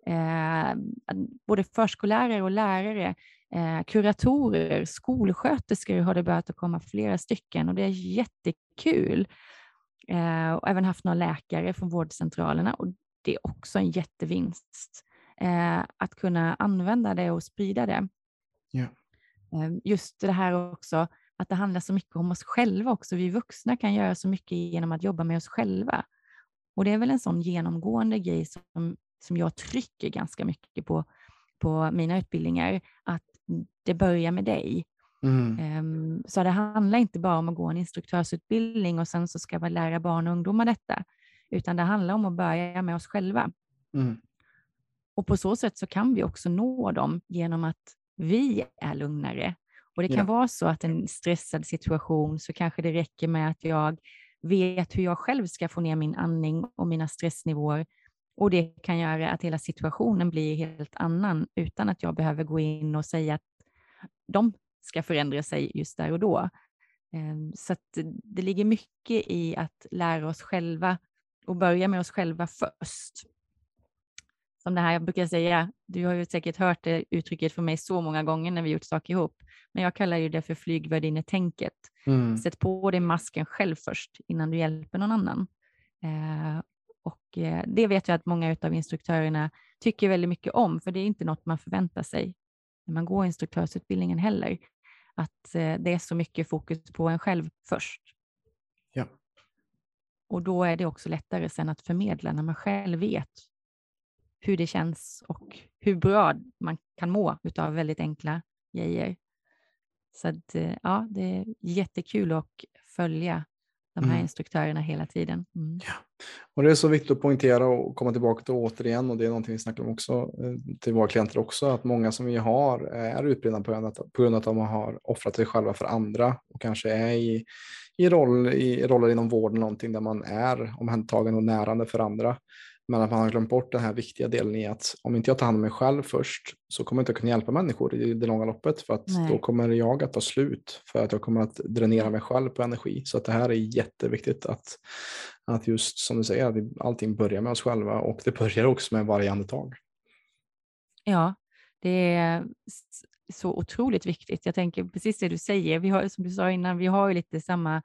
Speaker 1: Både förskollärare och lärare, kuratorer, skolsköterskor har det börjat att komma flera stycken och det är jättekul. Och även haft några läkare från vårdcentralerna och det är också en jättevinst att kunna använda det och sprida det.
Speaker 2: Ja.
Speaker 1: Just det här också, att det handlar så mycket om oss själva också. Vi vuxna kan göra så mycket genom att jobba med oss själva. Och det är väl en sån genomgående grej som jag trycker ganska mycket på mina utbildningar, att det börjar med dig. Så det handlar inte bara om att gå en instruktörsutbildning och sen så ska man lära barn och ungdomar detta, utan det handlar om att börja med oss själva. Och på så sätt så kan vi också nå dem genom att vi är lugnare. Och det kan vara så att en stressad situation så kanske det räcker med att jag vet hur jag själv ska få ner min andning och mina stressnivåer. Och det kan göra att hela situationen blir helt annan utan att jag behöver gå in och säga att de ska förändra sig just där och då. Så att det ligger mycket i att lära oss själva och börja med oss själva först. Som det här jag brukar säga, du har ju säkert hört det uttrycket från mig så många gånger när vi gjort saker ihop. Men jag kallar ju det för flygvärdinne-tänket. Sätt på dig masken själv först innan du hjälper någon annan. Och det vet jag att många av instruktörerna tycker väldigt mycket om. För det är inte något man förväntar sig när man går instruktörsutbildningen heller. Att det är så mycket fokus på en själv först.
Speaker 2: Ja.
Speaker 1: Och då är det också lättare sen att förmedla när man själv vet hur det känns och hur bra man kan må utav väldigt enkla grejer. Så att, ja, det är jättekul att följa de här instruktörerna hela tiden.
Speaker 2: Ja. Och det är så viktigt att poängtera och komma tillbaka till återigen, och det är någonting vi snackar om också till våra klienter också, att många som vi har är utbildade på grund av att de har offrat sig själva för andra och kanske är i roller inom vården, någonting där man är omhändertagen och närande för andra. Men att man har glömt bort den här viktiga delen i att om inte jag tar hand om mig själv först så kommer jag inte kunna hjälpa människor i det långa loppet, för att då kommer jag att ta slut, för att jag kommer att dränera mig själv på energi. Så att det här är jätteviktigt att just som du säger, att allting börjar med oss själva och det börjar också med varje andetag.
Speaker 1: Ja, det är så otroligt viktigt. Jag tänker precis det du säger. Vi har, som du sa innan, vi har ju lite samma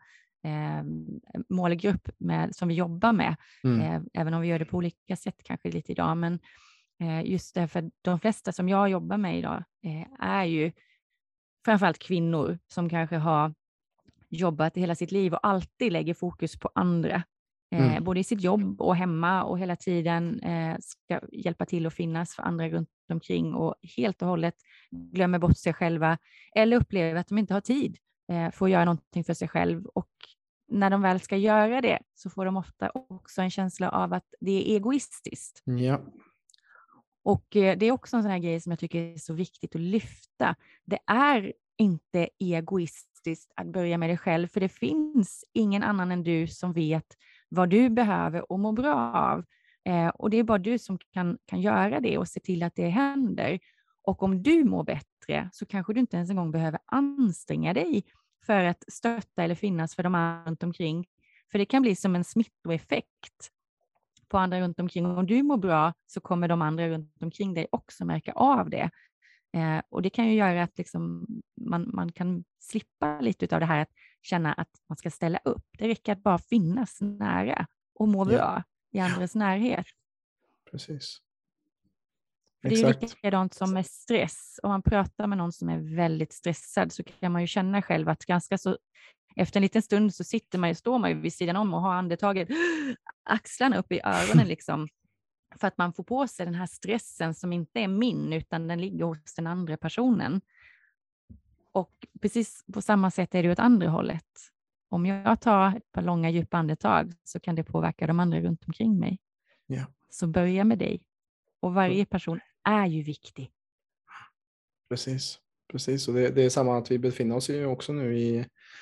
Speaker 1: målgrupp som vi jobbar med, även om vi gör det på olika sätt kanske lite idag, men just därför de flesta som jag jobbar med idag är ju framförallt kvinnor som kanske har jobbat hela sitt liv och alltid lägger fokus på andra, både i sitt jobb och hemma och hela tiden ska hjälpa till och finnas för andra runt omkring och helt och hållet glömmer bort sig själva eller upplever att de inte har tid för att göra någonting för sig själv, och när de väl ska göra det så får de ofta också en känsla av att det är egoistiskt.
Speaker 2: Ja.
Speaker 1: Och det är också en sån här grej som jag tycker är så viktigt att lyfta. Det är inte egoistiskt att börja med dig själv, för det finns ingen annan än du som vet vad du behöver och mår bra av. Och det är bara du som kan göra det och se till att det händer. Och om du mår bättre så kanske du inte ens en gång behöver anstränga dig för att stötta eller finnas för de andra runt omkring. För det kan bli som en smittoeffekt på andra runt omkring. Om du mår bra så kommer de andra runt omkring dig också märka av det. Och det kan ju göra att liksom man kan slippa lite av det här att känna att man ska ställa upp. Det räcker att bara finnas nära och må bra i andras närhet.
Speaker 2: Precis.
Speaker 1: För det är ju likadant som med stress. Om man pratar med någon som är väldigt stressad så kan man ju känna själv att ganska så efter en liten stund så står man ju vid sidan om och har andetaget axlarna upp i öronen liksom. För att man får på sig den här stressen som inte är min utan den ligger hos den andra personen. Och precis på samma sätt är det åt andra hållet. Om jag tar ett par långa djupa andetag så kan det påverka de andra runt omkring mig.
Speaker 2: Ja.
Speaker 1: Så börja med dig. Och varje person är ju viktig.
Speaker 2: Precis. Och det är samma att vi befinner oss ju också nu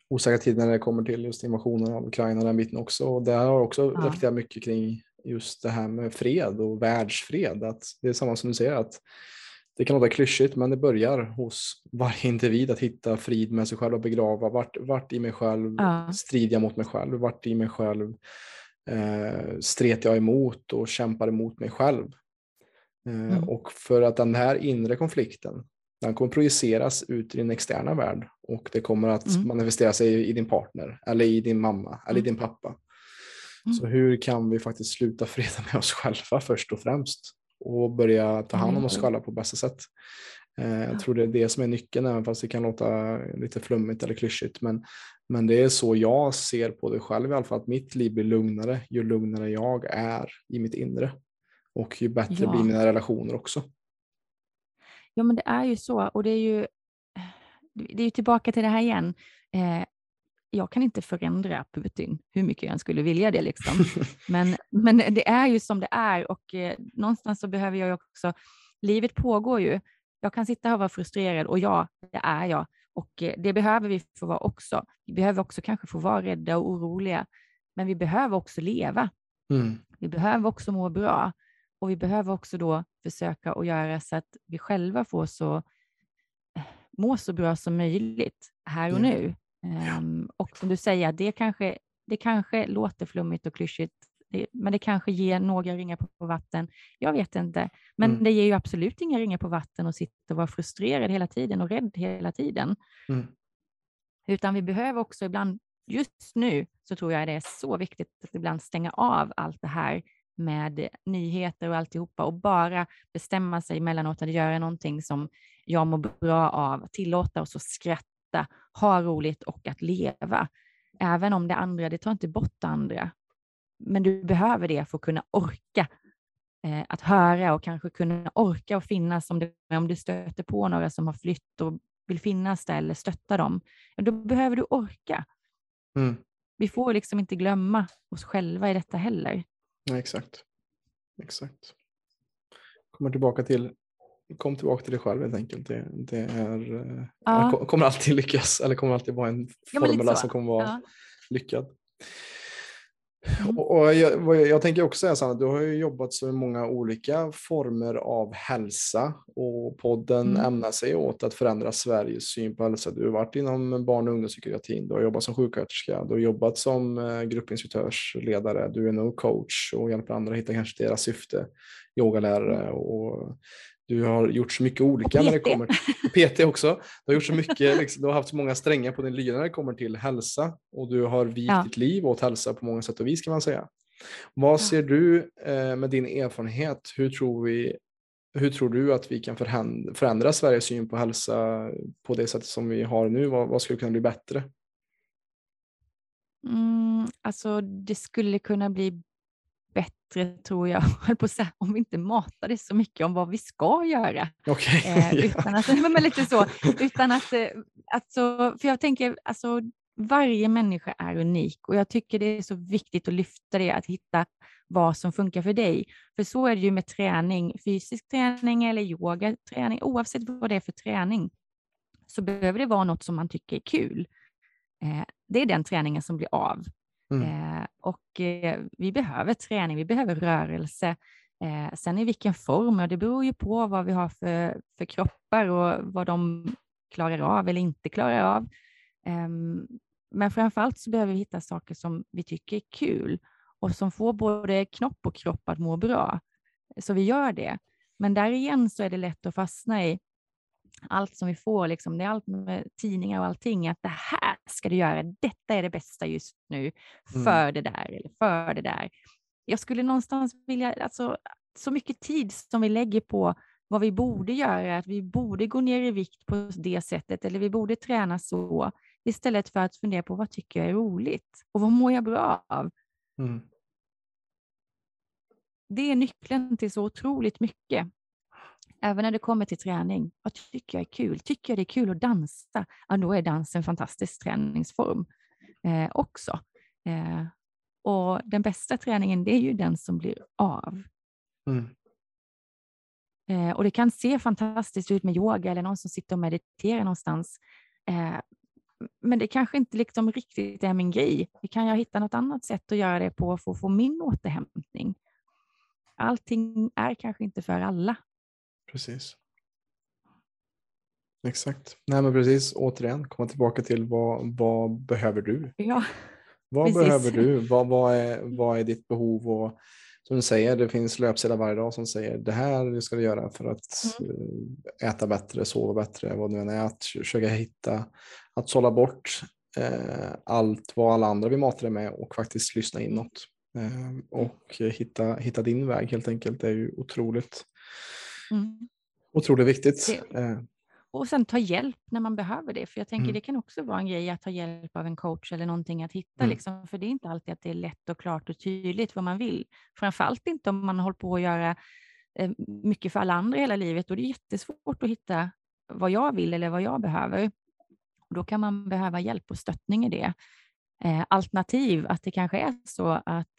Speaker 2: osäkra tider när det kommer till just invasionen av Ukraina och den biten också. Och det har också
Speaker 1: Ja.
Speaker 2: reflekterat mycket kring just det här med fred och världsfred. Att det är samma som du säger, att det kan låta klyschigt, men det börjar hos varje individ att hitta frid med sig själv och begrava vart i mig själv strider jag mot mig själv, vart i mig själv stretar jag emot och kämpar emot mig själv. Och för att den här inre konflikten, den kommer projiceras ut i din externa värld och det kommer att manifestera sig i din partner eller i din mamma eller i din pappa. Så hur kan vi faktiskt sluta freda med oss själva först och främst och börja ta hand om oss själva på bästa sätt? Jag tror det är det som är nyckeln, även fast det kan låta lite flummigt eller klyschigt, men det är så jag ser på det själv i alla fall, att mitt liv blir lugnare ju lugnare jag är i mitt inre och ju bättre blir mina relationer också.
Speaker 1: Ja, men det är ju så, och det är ju tillbaka till det här igen. Jag kan inte förändra Putin hur mycket jag än skulle vilja det liksom. men det är ju som det är, och någonstans så behöver jag ju också, livet pågår ju. Jag kan sitta här och vara frustrerad, och ja, det är jag. Och det behöver vi få vara också. Vi behöver också kanske få vara rädda och oroliga, men vi behöver också leva. Vi behöver också må bra. Och vi behöver också då försöka att göra så att vi själva får må så bra som möjligt här och nu. Och som du säger, det kanske låter flummigt och klyschigt, men det kanske ger några ringar på vatten. Jag vet inte. Men det ger ju absolut inga ringar på vatten och sitta och vara frustrerad hela tiden och rädd hela tiden. Utan vi behöver också ibland, just nu så tror jag det är så viktigt att ibland stänga av allt det här med nyheter och alltihopa och bara bestämma sig emellanåt att göra någonting som jag mår bra av, tillåta oss att skratta, ha roligt och att leva. Även om det andra, det tar inte bort det andra. Men du behöver det för att kunna orka att höra och kanske kunna orka och finnas om du stöter på några som har flytt och vill finnas där eller stötta dem. Då behöver du orka. Vi får liksom inte glömma oss själva i detta heller.
Speaker 2: Ja, exakt. Kom tillbaka till dig själv helt enkelt. Det är, kommer alltid lyckas, eller kommer alltid vara en formula som kommer vara lyckad. Och jag tänker också säga, Sanna, du har ju jobbat så i många olika former av hälsa, och podden ämnar sig åt att förändra Sveriges syn på hälsa. Du har varit inom barn- och ungdomspsykiatrin, du har jobbat som sjuksköterska, du har jobbat som gruppinstruktörsledare, du är nu coach och hjälper andra att hitta kanske deras syfte, yogalärare, och du har gjort så mycket olika när det kommer till PT också. Du har gjort så mycket, liksom, du har haft så många strängar på din lyra när det kommer till hälsa, och du har vikt ditt liv åt hälsa på många sätt och vis, kan man säga. Vad ser du med din erfarenhet? Hur tror du att vi kan förändra Sveriges syn på hälsa på det sättet som vi har nu? Vad skulle kunna bli bättre?
Speaker 1: Alltså det skulle kunna bli bättre, tror jag, om vi inte matade så mycket om vad vi ska göra. Utan att, men lite så, utan att, alltså, för jag tänker, alltså, varje människa är unik, och jag tycker det är så viktigt att lyfta det, att hitta vad som funkar för dig. För så är det ju med träning, fysisk träning eller yogaträning, oavsett vad det är för träning, så behöver det vara något som man tycker är kul. Det är den träningen som blir av. Vi behöver träning, vi behöver rörelse. Sen i vilken form, och det beror ju på vad vi har för kroppar och vad de klarar av eller inte klarar av. Men framförallt så behöver vi hitta saker som vi tycker är kul och som får både knopp och kropp att må bra. Så vi gör det. Men där igen så är det lätt att fastna i allt som vi får, liksom, det är allt med tidningar och allting, att det här ska du göra, detta är det bästa just nu, för det där eller för det där. Jag skulle någonstans vilja, alltså, så mycket tid som vi lägger på vad vi borde göra, att vi borde gå ner i vikt på det sättet, eller vi borde träna så, istället för att fundera på vad tycker jag är roligt och vad mår jag bra av. Det är nyckeln till så otroligt mycket. Även när det kommer till träning. Vad tycker jag är kul? Tycker jag det är kul att dansa? Ja, då är dans en fantastisk träningsform också. Och den bästa träningen, det är ju den som blir av. Och det kan se fantastiskt ut med yoga eller någon som sitter och mediterar någonstans. Men det kanske inte liksom riktigt är min grej. Kan jag hitta något annat sätt att göra det på för att få min återhämtning? Allting är kanske inte för alla.
Speaker 2: Precis. Exakt. Nej, men precis. Återigen, komma tillbaka till vad behöver du?
Speaker 1: Ja,
Speaker 2: Vad
Speaker 1: precis.
Speaker 2: behöver du? Vad är ditt behov? Och som du säger, det finns löpsedlar varje dag som säger det här ska du göra för att äta bättre, sova bättre, vad det nu är. Att försöka att sålla bort allt vad alla andra vi matar med och faktiskt lyssna inåt. Och hitta din väg helt enkelt. Det är ju otroligt viktigt.
Speaker 1: Och sen ta hjälp när man behöver det. För jag tänker det kan också vara en grej att ta hjälp av en coach eller någonting att hitta. Liksom, för det är inte alltid att det är lätt och klart och tydligt vad man vill. Framförallt inte om man håller på att göra mycket för alla andra hela livet. Och det är jättesvårt att hitta vad jag vill eller vad jag behöver. Och då kan man behöva hjälp och stöttning i det. Alternativ att det kanske är så att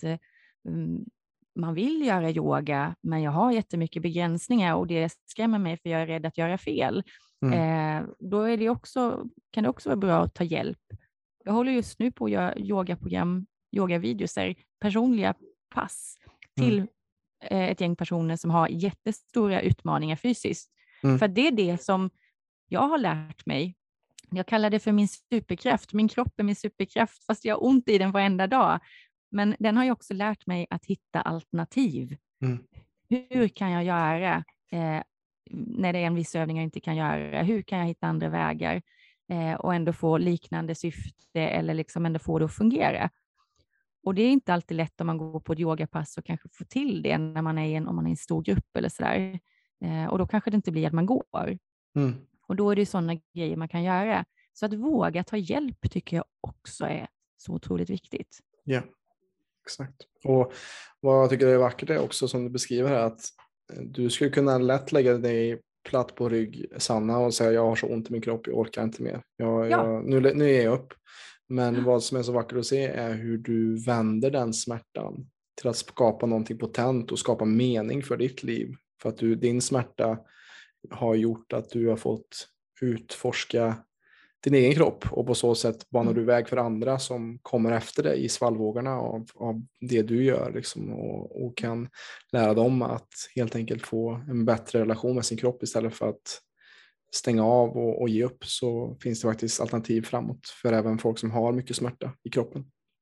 Speaker 1: man vill göra yoga men jag har jättemycket begränsningar och det skrämmer mig för jag är rädd att göra fel. Då är det kan det också vara bra att ta hjälp. Jag håller just nu på att göra yogaprogram, yogavideosar, personliga pass till ett gäng personer som har jättestora utmaningar fysiskt. För det är det som jag har lärt mig. Jag kallar det för min superkraft. Min kropp är min superkraft fast jag har ont i den varenda dag. Men den har ju också lärt mig att hitta alternativ. Hur kan jag göra när det är en viss övning jag inte kan göra? Hur kan jag hitta andra vägar och ändå få liknande syfte eller liksom ändå få det att fungera? Och det är inte alltid lätt om man går på ett yogapass och kanske får till det när man är om man är i en stor grupp eller sådär. Och då kanske det inte blir att man går. Och då är det sådana grejer man kan göra. Så att våga ta hjälp tycker jag också är så otroligt viktigt.
Speaker 2: Ja, exakt. Och vad jag tycker är vackert är också som du beskriver här att du skulle kunna lätt lägga dig platt på rygg, Sanna, och säga jag har så ont i min kropp, jag orkar inte mer. Nu är jag upp. Men vad som är så vackert att se är hur du vänder den smärtan till att skapa någonting potent och skapa mening för ditt liv. För att din smärta har gjort att du har fått utforska din egen kropp och på så sätt banar du väg för andra som kommer efter dig i svallvågorna av det du gör liksom, och kan lära dem att helt enkelt få en bättre relation med sin kropp istället för att stänga av och ge upp. Så finns det faktiskt alternativ framåt för även folk som har mycket smärta i kroppen.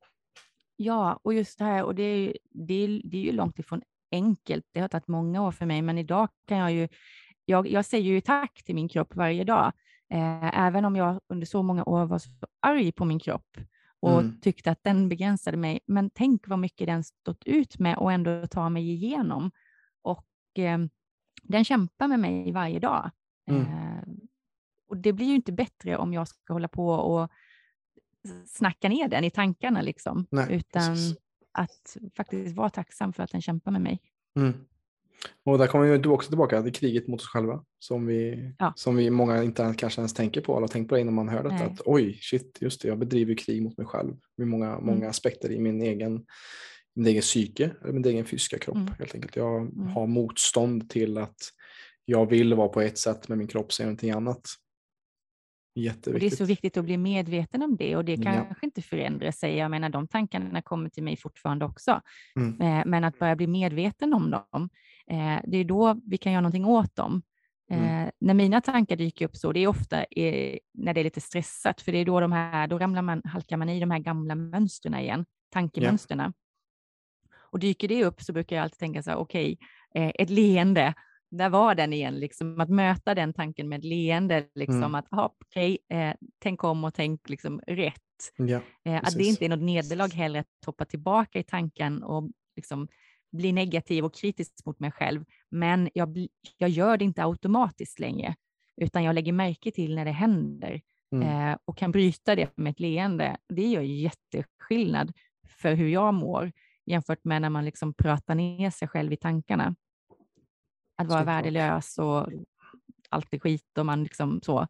Speaker 1: Ja, och just det här, och det är ju långt ifrån enkelt. Det har tagit många år för mig, men idag kan jag säger ju tack till min kropp varje dag. Även om jag under så många år var så arg på min kropp och tyckte att den begränsade mig. Men tänk vad mycket den stått ut med och ändå ta mig igenom. Och den kämpar med mig varje dag. Och det blir ju inte bättre om jag ska hålla på och snacka ner den i tankarna liksom.
Speaker 2: Nej,
Speaker 1: utan
Speaker 2: precis.
Speaker 1: att faktiskt vara tacksam för att den kämpar med mig.
Speaker 2: Och där kommer vi också tillbaka till kriget mot oss själva som vi många inte kanske ens tänker på eller har tänkt på det innan man hör detta. Att oj, shit, just det, jag bedriver krig mot mig själv med många aspekter i min egen psyke eller min egen fysiska kropp helt enkelt. Jag har motstånd till att jag vill vara på ett sätt med min kropp så är någonting annat. Jätteviktigt.
Speaker 1: Och det är så viktigt att bli medveten om det och det kanske inte förändrar sig. Jag menar de tankarna kommer till mig fortfarande också. Men att börja bli medveten om dem, det är då vi kan göra någonting åt dem. När mina tankar dyker upp så, det är ofta när det är lite stressat, för det är då halkar man i de här gamla mönstren igen, tankemönstren. Och dyker det upp så brukar jag alltid tänka så här, okej, ett leende, där var den igen, liksom, att möta den tanken med ett leende, liksom, att tänk om och tänk liksom, rätt. Att det inte är något nederlag heller att hoppa tillbaka i tanken och liksom, bli negativ och kritisk mot mig själv. Men jag gör det inte automatiskt längre, utan jag lägger märke till när det händer och kan bryta det med ett leende. Det gör jätteskillnad för hur jag mår jämfört med när man liksom pratar ner sig själv i tankarna. Att vara värdelös och allt är skit och man liksom så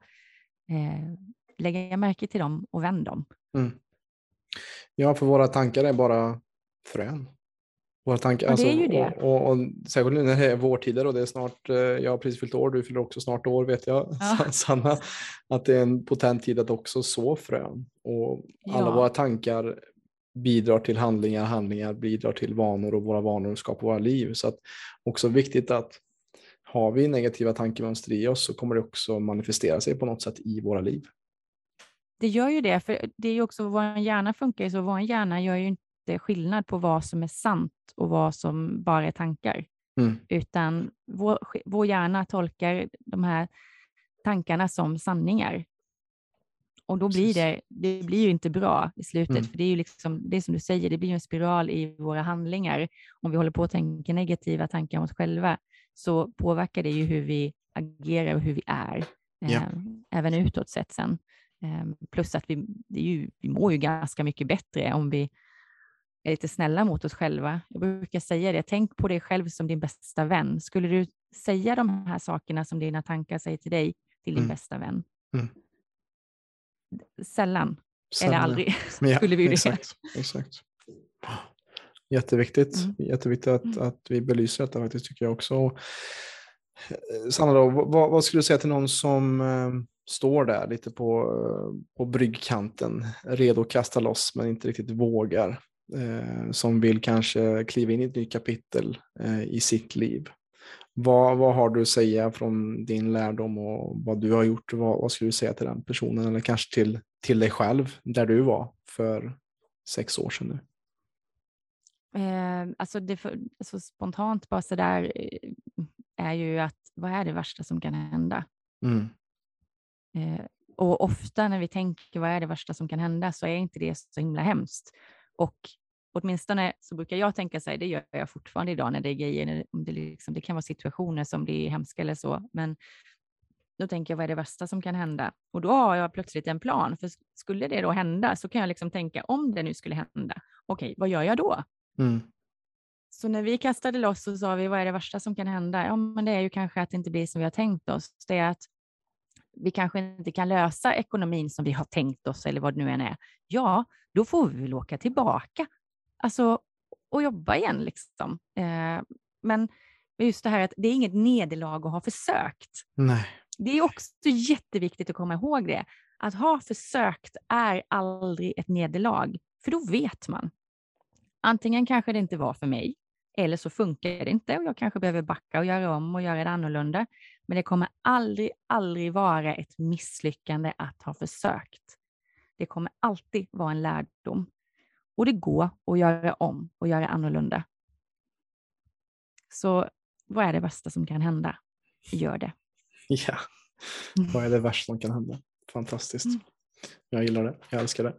Speaker 1: lägger märke till dem och vänder dem.
Speaker 2: Ja, för våra tankar är bara frön. Våra tankar,
Speaker 1: Och det
Speaker 2: alltså,
Speaker 1: är ju det.
Speaker 2: och särskilt nu när det är vårtider och det är snart, jag har precis fyllt år, du fyller också snart år vet jag,
Speaker 1: Ja.
Speaker 2: Sanna, att det är en potent tid att också så frön. Och alla
Speaker 1: Ja.
Speaker 2: våra tankar bidrar till handlingar, handlingar bidrar till vanor och våra vanor skapar våra liv. Så att också viktigt att har vi negativa tankemönster i oss så kommer det också manifestera sig på något sätt i våra liv.
Speaker 1: Det gör ju det, för det är ju också vår hjärna funkar så. Vår hjärna gör ju inte skillnad på vad som är sant och vad som bara är tankar.
Speaker 2: Mm.
Speaker 1: Utan vår hjärna tolkar de här tankarna som sanningar. Och då blir det blir ju inte bra i slutet. För det är ju liksom, det är som du säger, det blir ju en spiral i våra handlingar. Om vi håller på att tänka negativa tankar om oss själva så påverkar det ju hur vi agerar och hur vi är. Även utåt sett sen. Plus att vi mår ju ganska mycket bättre om vi är lite snälla mot oss själva. Jag brukar säga det, tänk på dig själv som din bästa vän. Skulle du säga de här sakerna som dina tankar säger till dig, till din bästa vän? Sällan. Eller aldrig skulle vi det.
Speaker 2: Exakt. Jätteviktigt. Jätteviktigt att vi belyser detta faktiskt, tycker jag också. Sanna då, vad skulle du säga till någon som står där lite på bryggkanten, redo att kasta loss men inte riktigt vågar, som vill kanske kliva in i ett nytt kapitel i sitt liv? Vad har du att säga från din lärdom och vad du har gjort? Vad skulle du säga till den personen eller kanske till dig själv där du var för 6 år sedan nu?
Speaker 1: Alltså spontant bara så där är ju att vad är det värsta som kan hända? Och ofta när vi tänker vad är det värsta som kan hända så är inte det så himla hemskt. Och åtminstone så brukar jag tänka sig, det gör jag fortfarande idag när det är grejer, det kan vara situationer som blir hemska eller så, men då tänker jag vad är det värsta som kan hända? Och då har jag plötsligt en plan, för skulle det då hända så kan jag liksom tänka om det nu skulle hända, okej, vad gör jag då? Så när vi kastade loss så sa vi vad är det värsta som kan hända? Ja, men det är ju kanske att det inte blir som vi har tänkt oss. Det är att vi kanske inte kan lösa ekonomin som vi har tänkt oss eller vad det nu än är. Ja, då får vi väl åka tillbaka. Alltså, och jobba igen liksom. Men just det här att det är inget nederlag att ha försökt.
Speaker 2: Nej.
Speaker 1: Det är också jätteviktigt att komma ihåg det. Att ha försökt är aldrig ett nederlag. För då vet man. Antingen kanske det inte var för mig. Eller så funkar det inte och jag kanske behöver backa och göra om och göra det annorlunda. Men det kommer aldrig vara ett misslyckande att ha försökt. Det kommer alltid vara en lärdom. Och det går att göra om och göra annorlunda. Så vad är det värsta som kan hända? Gör det.
Speaker 2: Ja, vad är det värsta som kan hända? Fantastiskt. Jag gillar det, jag älskar det.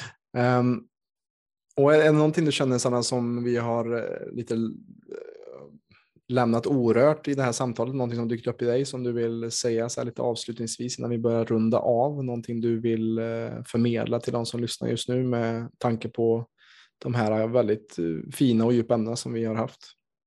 Speaker 2: Och är det någonting du känner, Sanna, som vi har lite lämnat orört i det här samtalet? Någonting som dykt upp i dig som du vill säga så här lite avslutningsvis innan vi börjar runda av? Någonting du vill förmedla till de som lyssnar just nu med tanke på de här väldigt fina och djupa ämnena som vi har haft?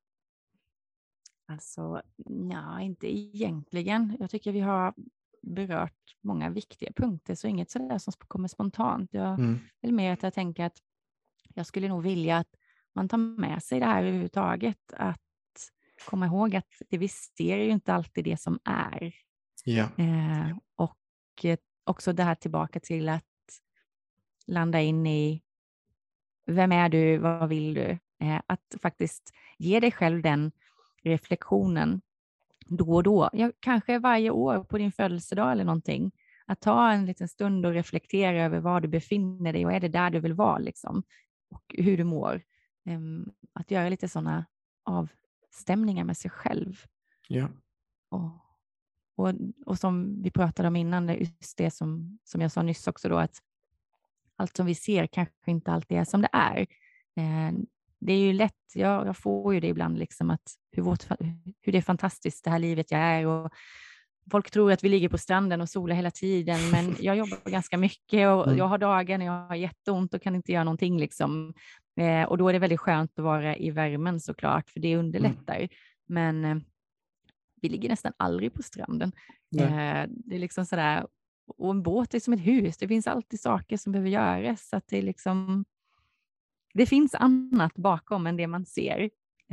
Speaker 1: Alltså, inte egentligen. Jag tycker vi har berört många viktiga punkter, så inget sådär som kommer spontant. Jag vill mer att jag tänker att jag skulle nog vilja att man tar med sig det här överhuvudtaget, att komma ihåg att det vi ser är ju inte alltid det som är.
Speaker 2: Ja.
Speaker 1: Och också det här tillbaka till att landa in i vem är du, vad vill du? Att faktiskt ge dig själv den reflektionen då och då. Kanske varje år på din födelsedag eller någonting. Att ta en liten stund och reflektera över var du befinner dig och är det där du vill vara liksom. Och hur du mår. Att göra lite sådana avstämningar med sig själv.
Speaker 2: Ja.
Speaker 1: Och som vi pratade om innan, just det som jag sa nyss också då, att allt som vi ser kanske inte alltid är som det är. Det är ju lätt, jag får ju det ibland liksom att hur det är fantastiskt det här livet jag är, och folk tror att vi ligger på stranden och solar hela tiden, men jag jobbar ganska mycket och jag har dagar när jag har jätteont och kan inte göra någonting liksom. Och då är det väldigt skönt att vara i värmen såklart, för det underlättar. Men vi ligger nästan aldrig på stranden. Det är liksom sådär, och en båt är som ett hus. Det finns alltid saker som behöver göras, så att det är liksom, det finns annat bakom än det man ser.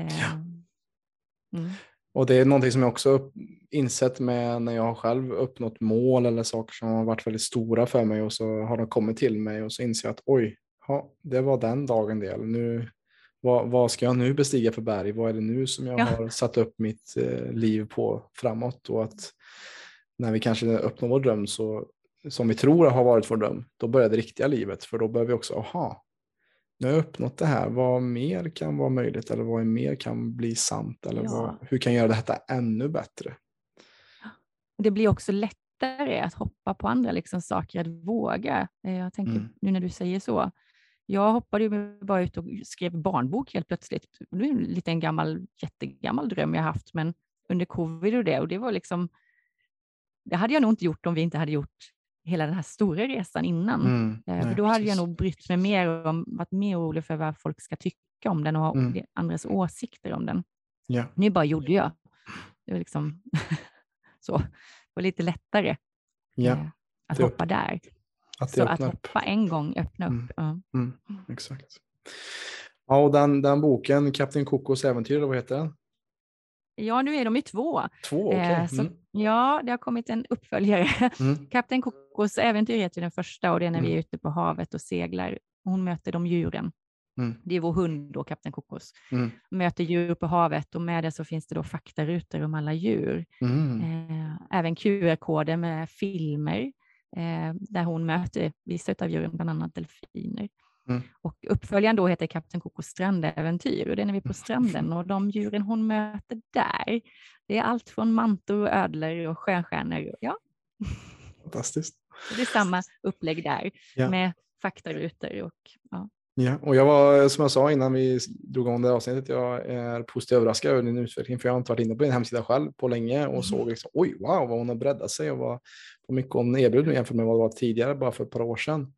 Speaker 2: Och det är någonting som jag också insett med när jag har själv uppnått mål eller saker som har varit väldigt stora för mig och så har de kommit till mig och så inser jag att oj, det var den dagen det. Nu, vad ska jag nu bestiga för berg? Vad är det nu som jag har satt upp mitt liv på framåt? Och att när vi kanske uppnår vår dröm som vi tror har varit vår dröm, då börjar det riktiga livet. För då börjar vi också, nu har jag uppnått det här. Vad mer kan vara möjligt? Eller vad mer kan bli sant? Eller hur kan jag göra detta ännu bättre?
Speaker 1: Det blir också lättare att hoppa på andra saker, att våga. Jag tänker nu när du säger så. Jag hoppade ju bara ut och skrev barnbok helt plötsligt. Det är lite en jättegammal dröm jag haft. Men under covid och det var det hade jag nog inte gjort om vi inte hade gjort hela den här stora resan innan. För då hade jag nog brytt mig mer om, varit mer orolig för vad folk ska tycka om den och ha andras åsikter om den.
Speaker 2: Yeah.
Speaker 1: Nu bara gjorde jag. Det var så. Det var lite lättare att hoppa där. Att hoppa en gång, öppna upp.
Speaker 2: Exakt. Ja, och den boken, Kapten Kokos äventyr, eller vad heter den?
Speaker 1: Ja, nu är de ju 2.
Speaker 2: 2, okej.
Speaker 1: Ja, det har kommit en uppföljare. Kapten Kokos äventyr heter den första och det är när vi är ute på havet och seglar. Hon möter de djuren. Det är vår hund då, Kapten Kokos. Möter djur på havet och med det så finns det då faktarutor om alla djur. Även QR-koder med filmer där hon möter vissa av djuren, bland annat delfiner. Och uppföljaren då heter Kapten Kokos strandäventyr och det är när vi är på stranden och de djuren hon möter där, det är allt från mantor och ödlor och stjärnstjärnor. Ja.
Speaker 2: Fantastiskt.
Speaker 1: Det är samma upplägg där med faktarutor och
Speaker 2: Ja, och jag var, som jag sa innan vi drog igång det avsnittet, jag är positivt överraskad över din utveckling för jag har inte varit inne på din hemsida själv på länge och såg vad hon har breddat sig och vad mycket hon erbjuder jämfört med vad det var tidigare bara för ett par år sedan.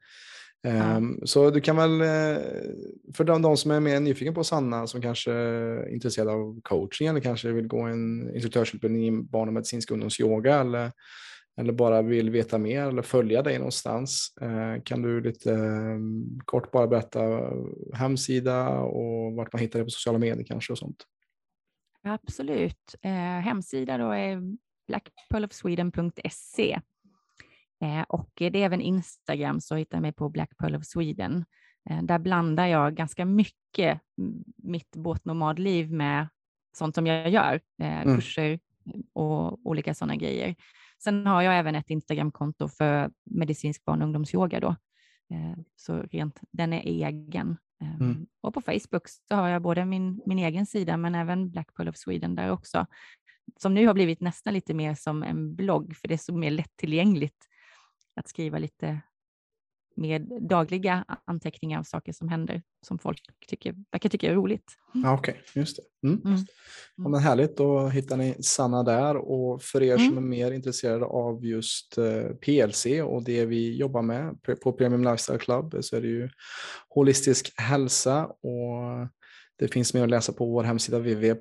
Speaker 2: Så du kan väl, för de som är mer nyfiken på Sanna som kanske är intresserade av coaching eller kanske vill gå en instruktörsutbildning i barn- och medicinsk ungdomsyoga eller bara vill veta mer eller följa dig någonstans, kan du lite kort bara berätta hemsida och vart man hittar det på sociala medier kanske och sånt?
Speaker 1: Absolut. Hemsida då är blackpearlofsweden.se. Och det är även Instagram, så hittar jag mig på Black Pearl of Sweden. Där blandar jag ganska mycket mitt båtnomadliv med sånt som jag gör, kurser och olika sådana grejer. Sen har jag även ett Instagramkonto för medicinsk barn- och ungdomsyoga då. Så den är egen. Och på Facebook så har jag både min egen sida men även Black Pearl of Sweden där också. Som nu har blivit nästan lite mer som en blogg för det är så mer lättillgängligt att skriva lite med dagliga anteckningar av saker som händer som folk verkar tycka är roligt.
Speaker 2: Okej, just det. Ja, men härligt, då hittar ni Sanna där och för er som är mer intresserade av just PLC och det vi jobbar med på Premium Lifestyle Club så är det ju holistisk hälsa och det finns mer att läsa på vår hemsida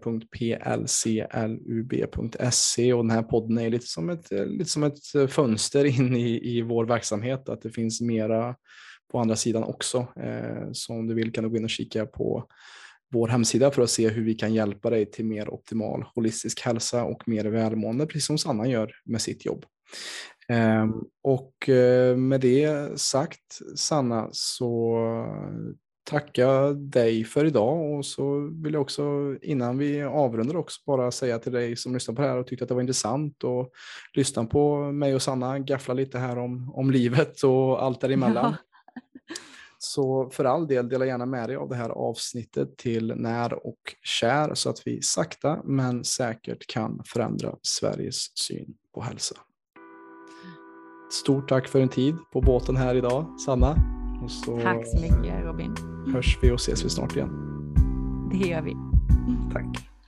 Speaker 2: www.plclub.se och den här podden är lite som ett fönster in i vår verksamhet, att det finns mera på andra sidan också. Så om du vill kan du gå in och kika på vår hemsida för att se hur vi kan hjälpa dig till mer optimal holistisk hälsa och mer välmående, precis som Sanna gör med sitt jobb. Och med det sagt, Sanna, så tacka dig för idag och så vill jag också innan vi avrundar också bara säga till dig som lyssnar på det här och tyckte att det var intressant och lyssna på mig och Sanna gaffla lite här om livet och allt däremellan. Så för all del, dela gärna med dig av det här avsnittet till när och kär så att vi sakta men säkert kan förändra Sveriges syn på hälsa. Stort tack för en tid på båten här idag, Sanna. Och så
Speaker 1: tack så mycket, Robin.
Speaker 2: Hörs vi och ses vi snart igen.
Speaker 1: Det gör vi.
Speaker 2: Tack.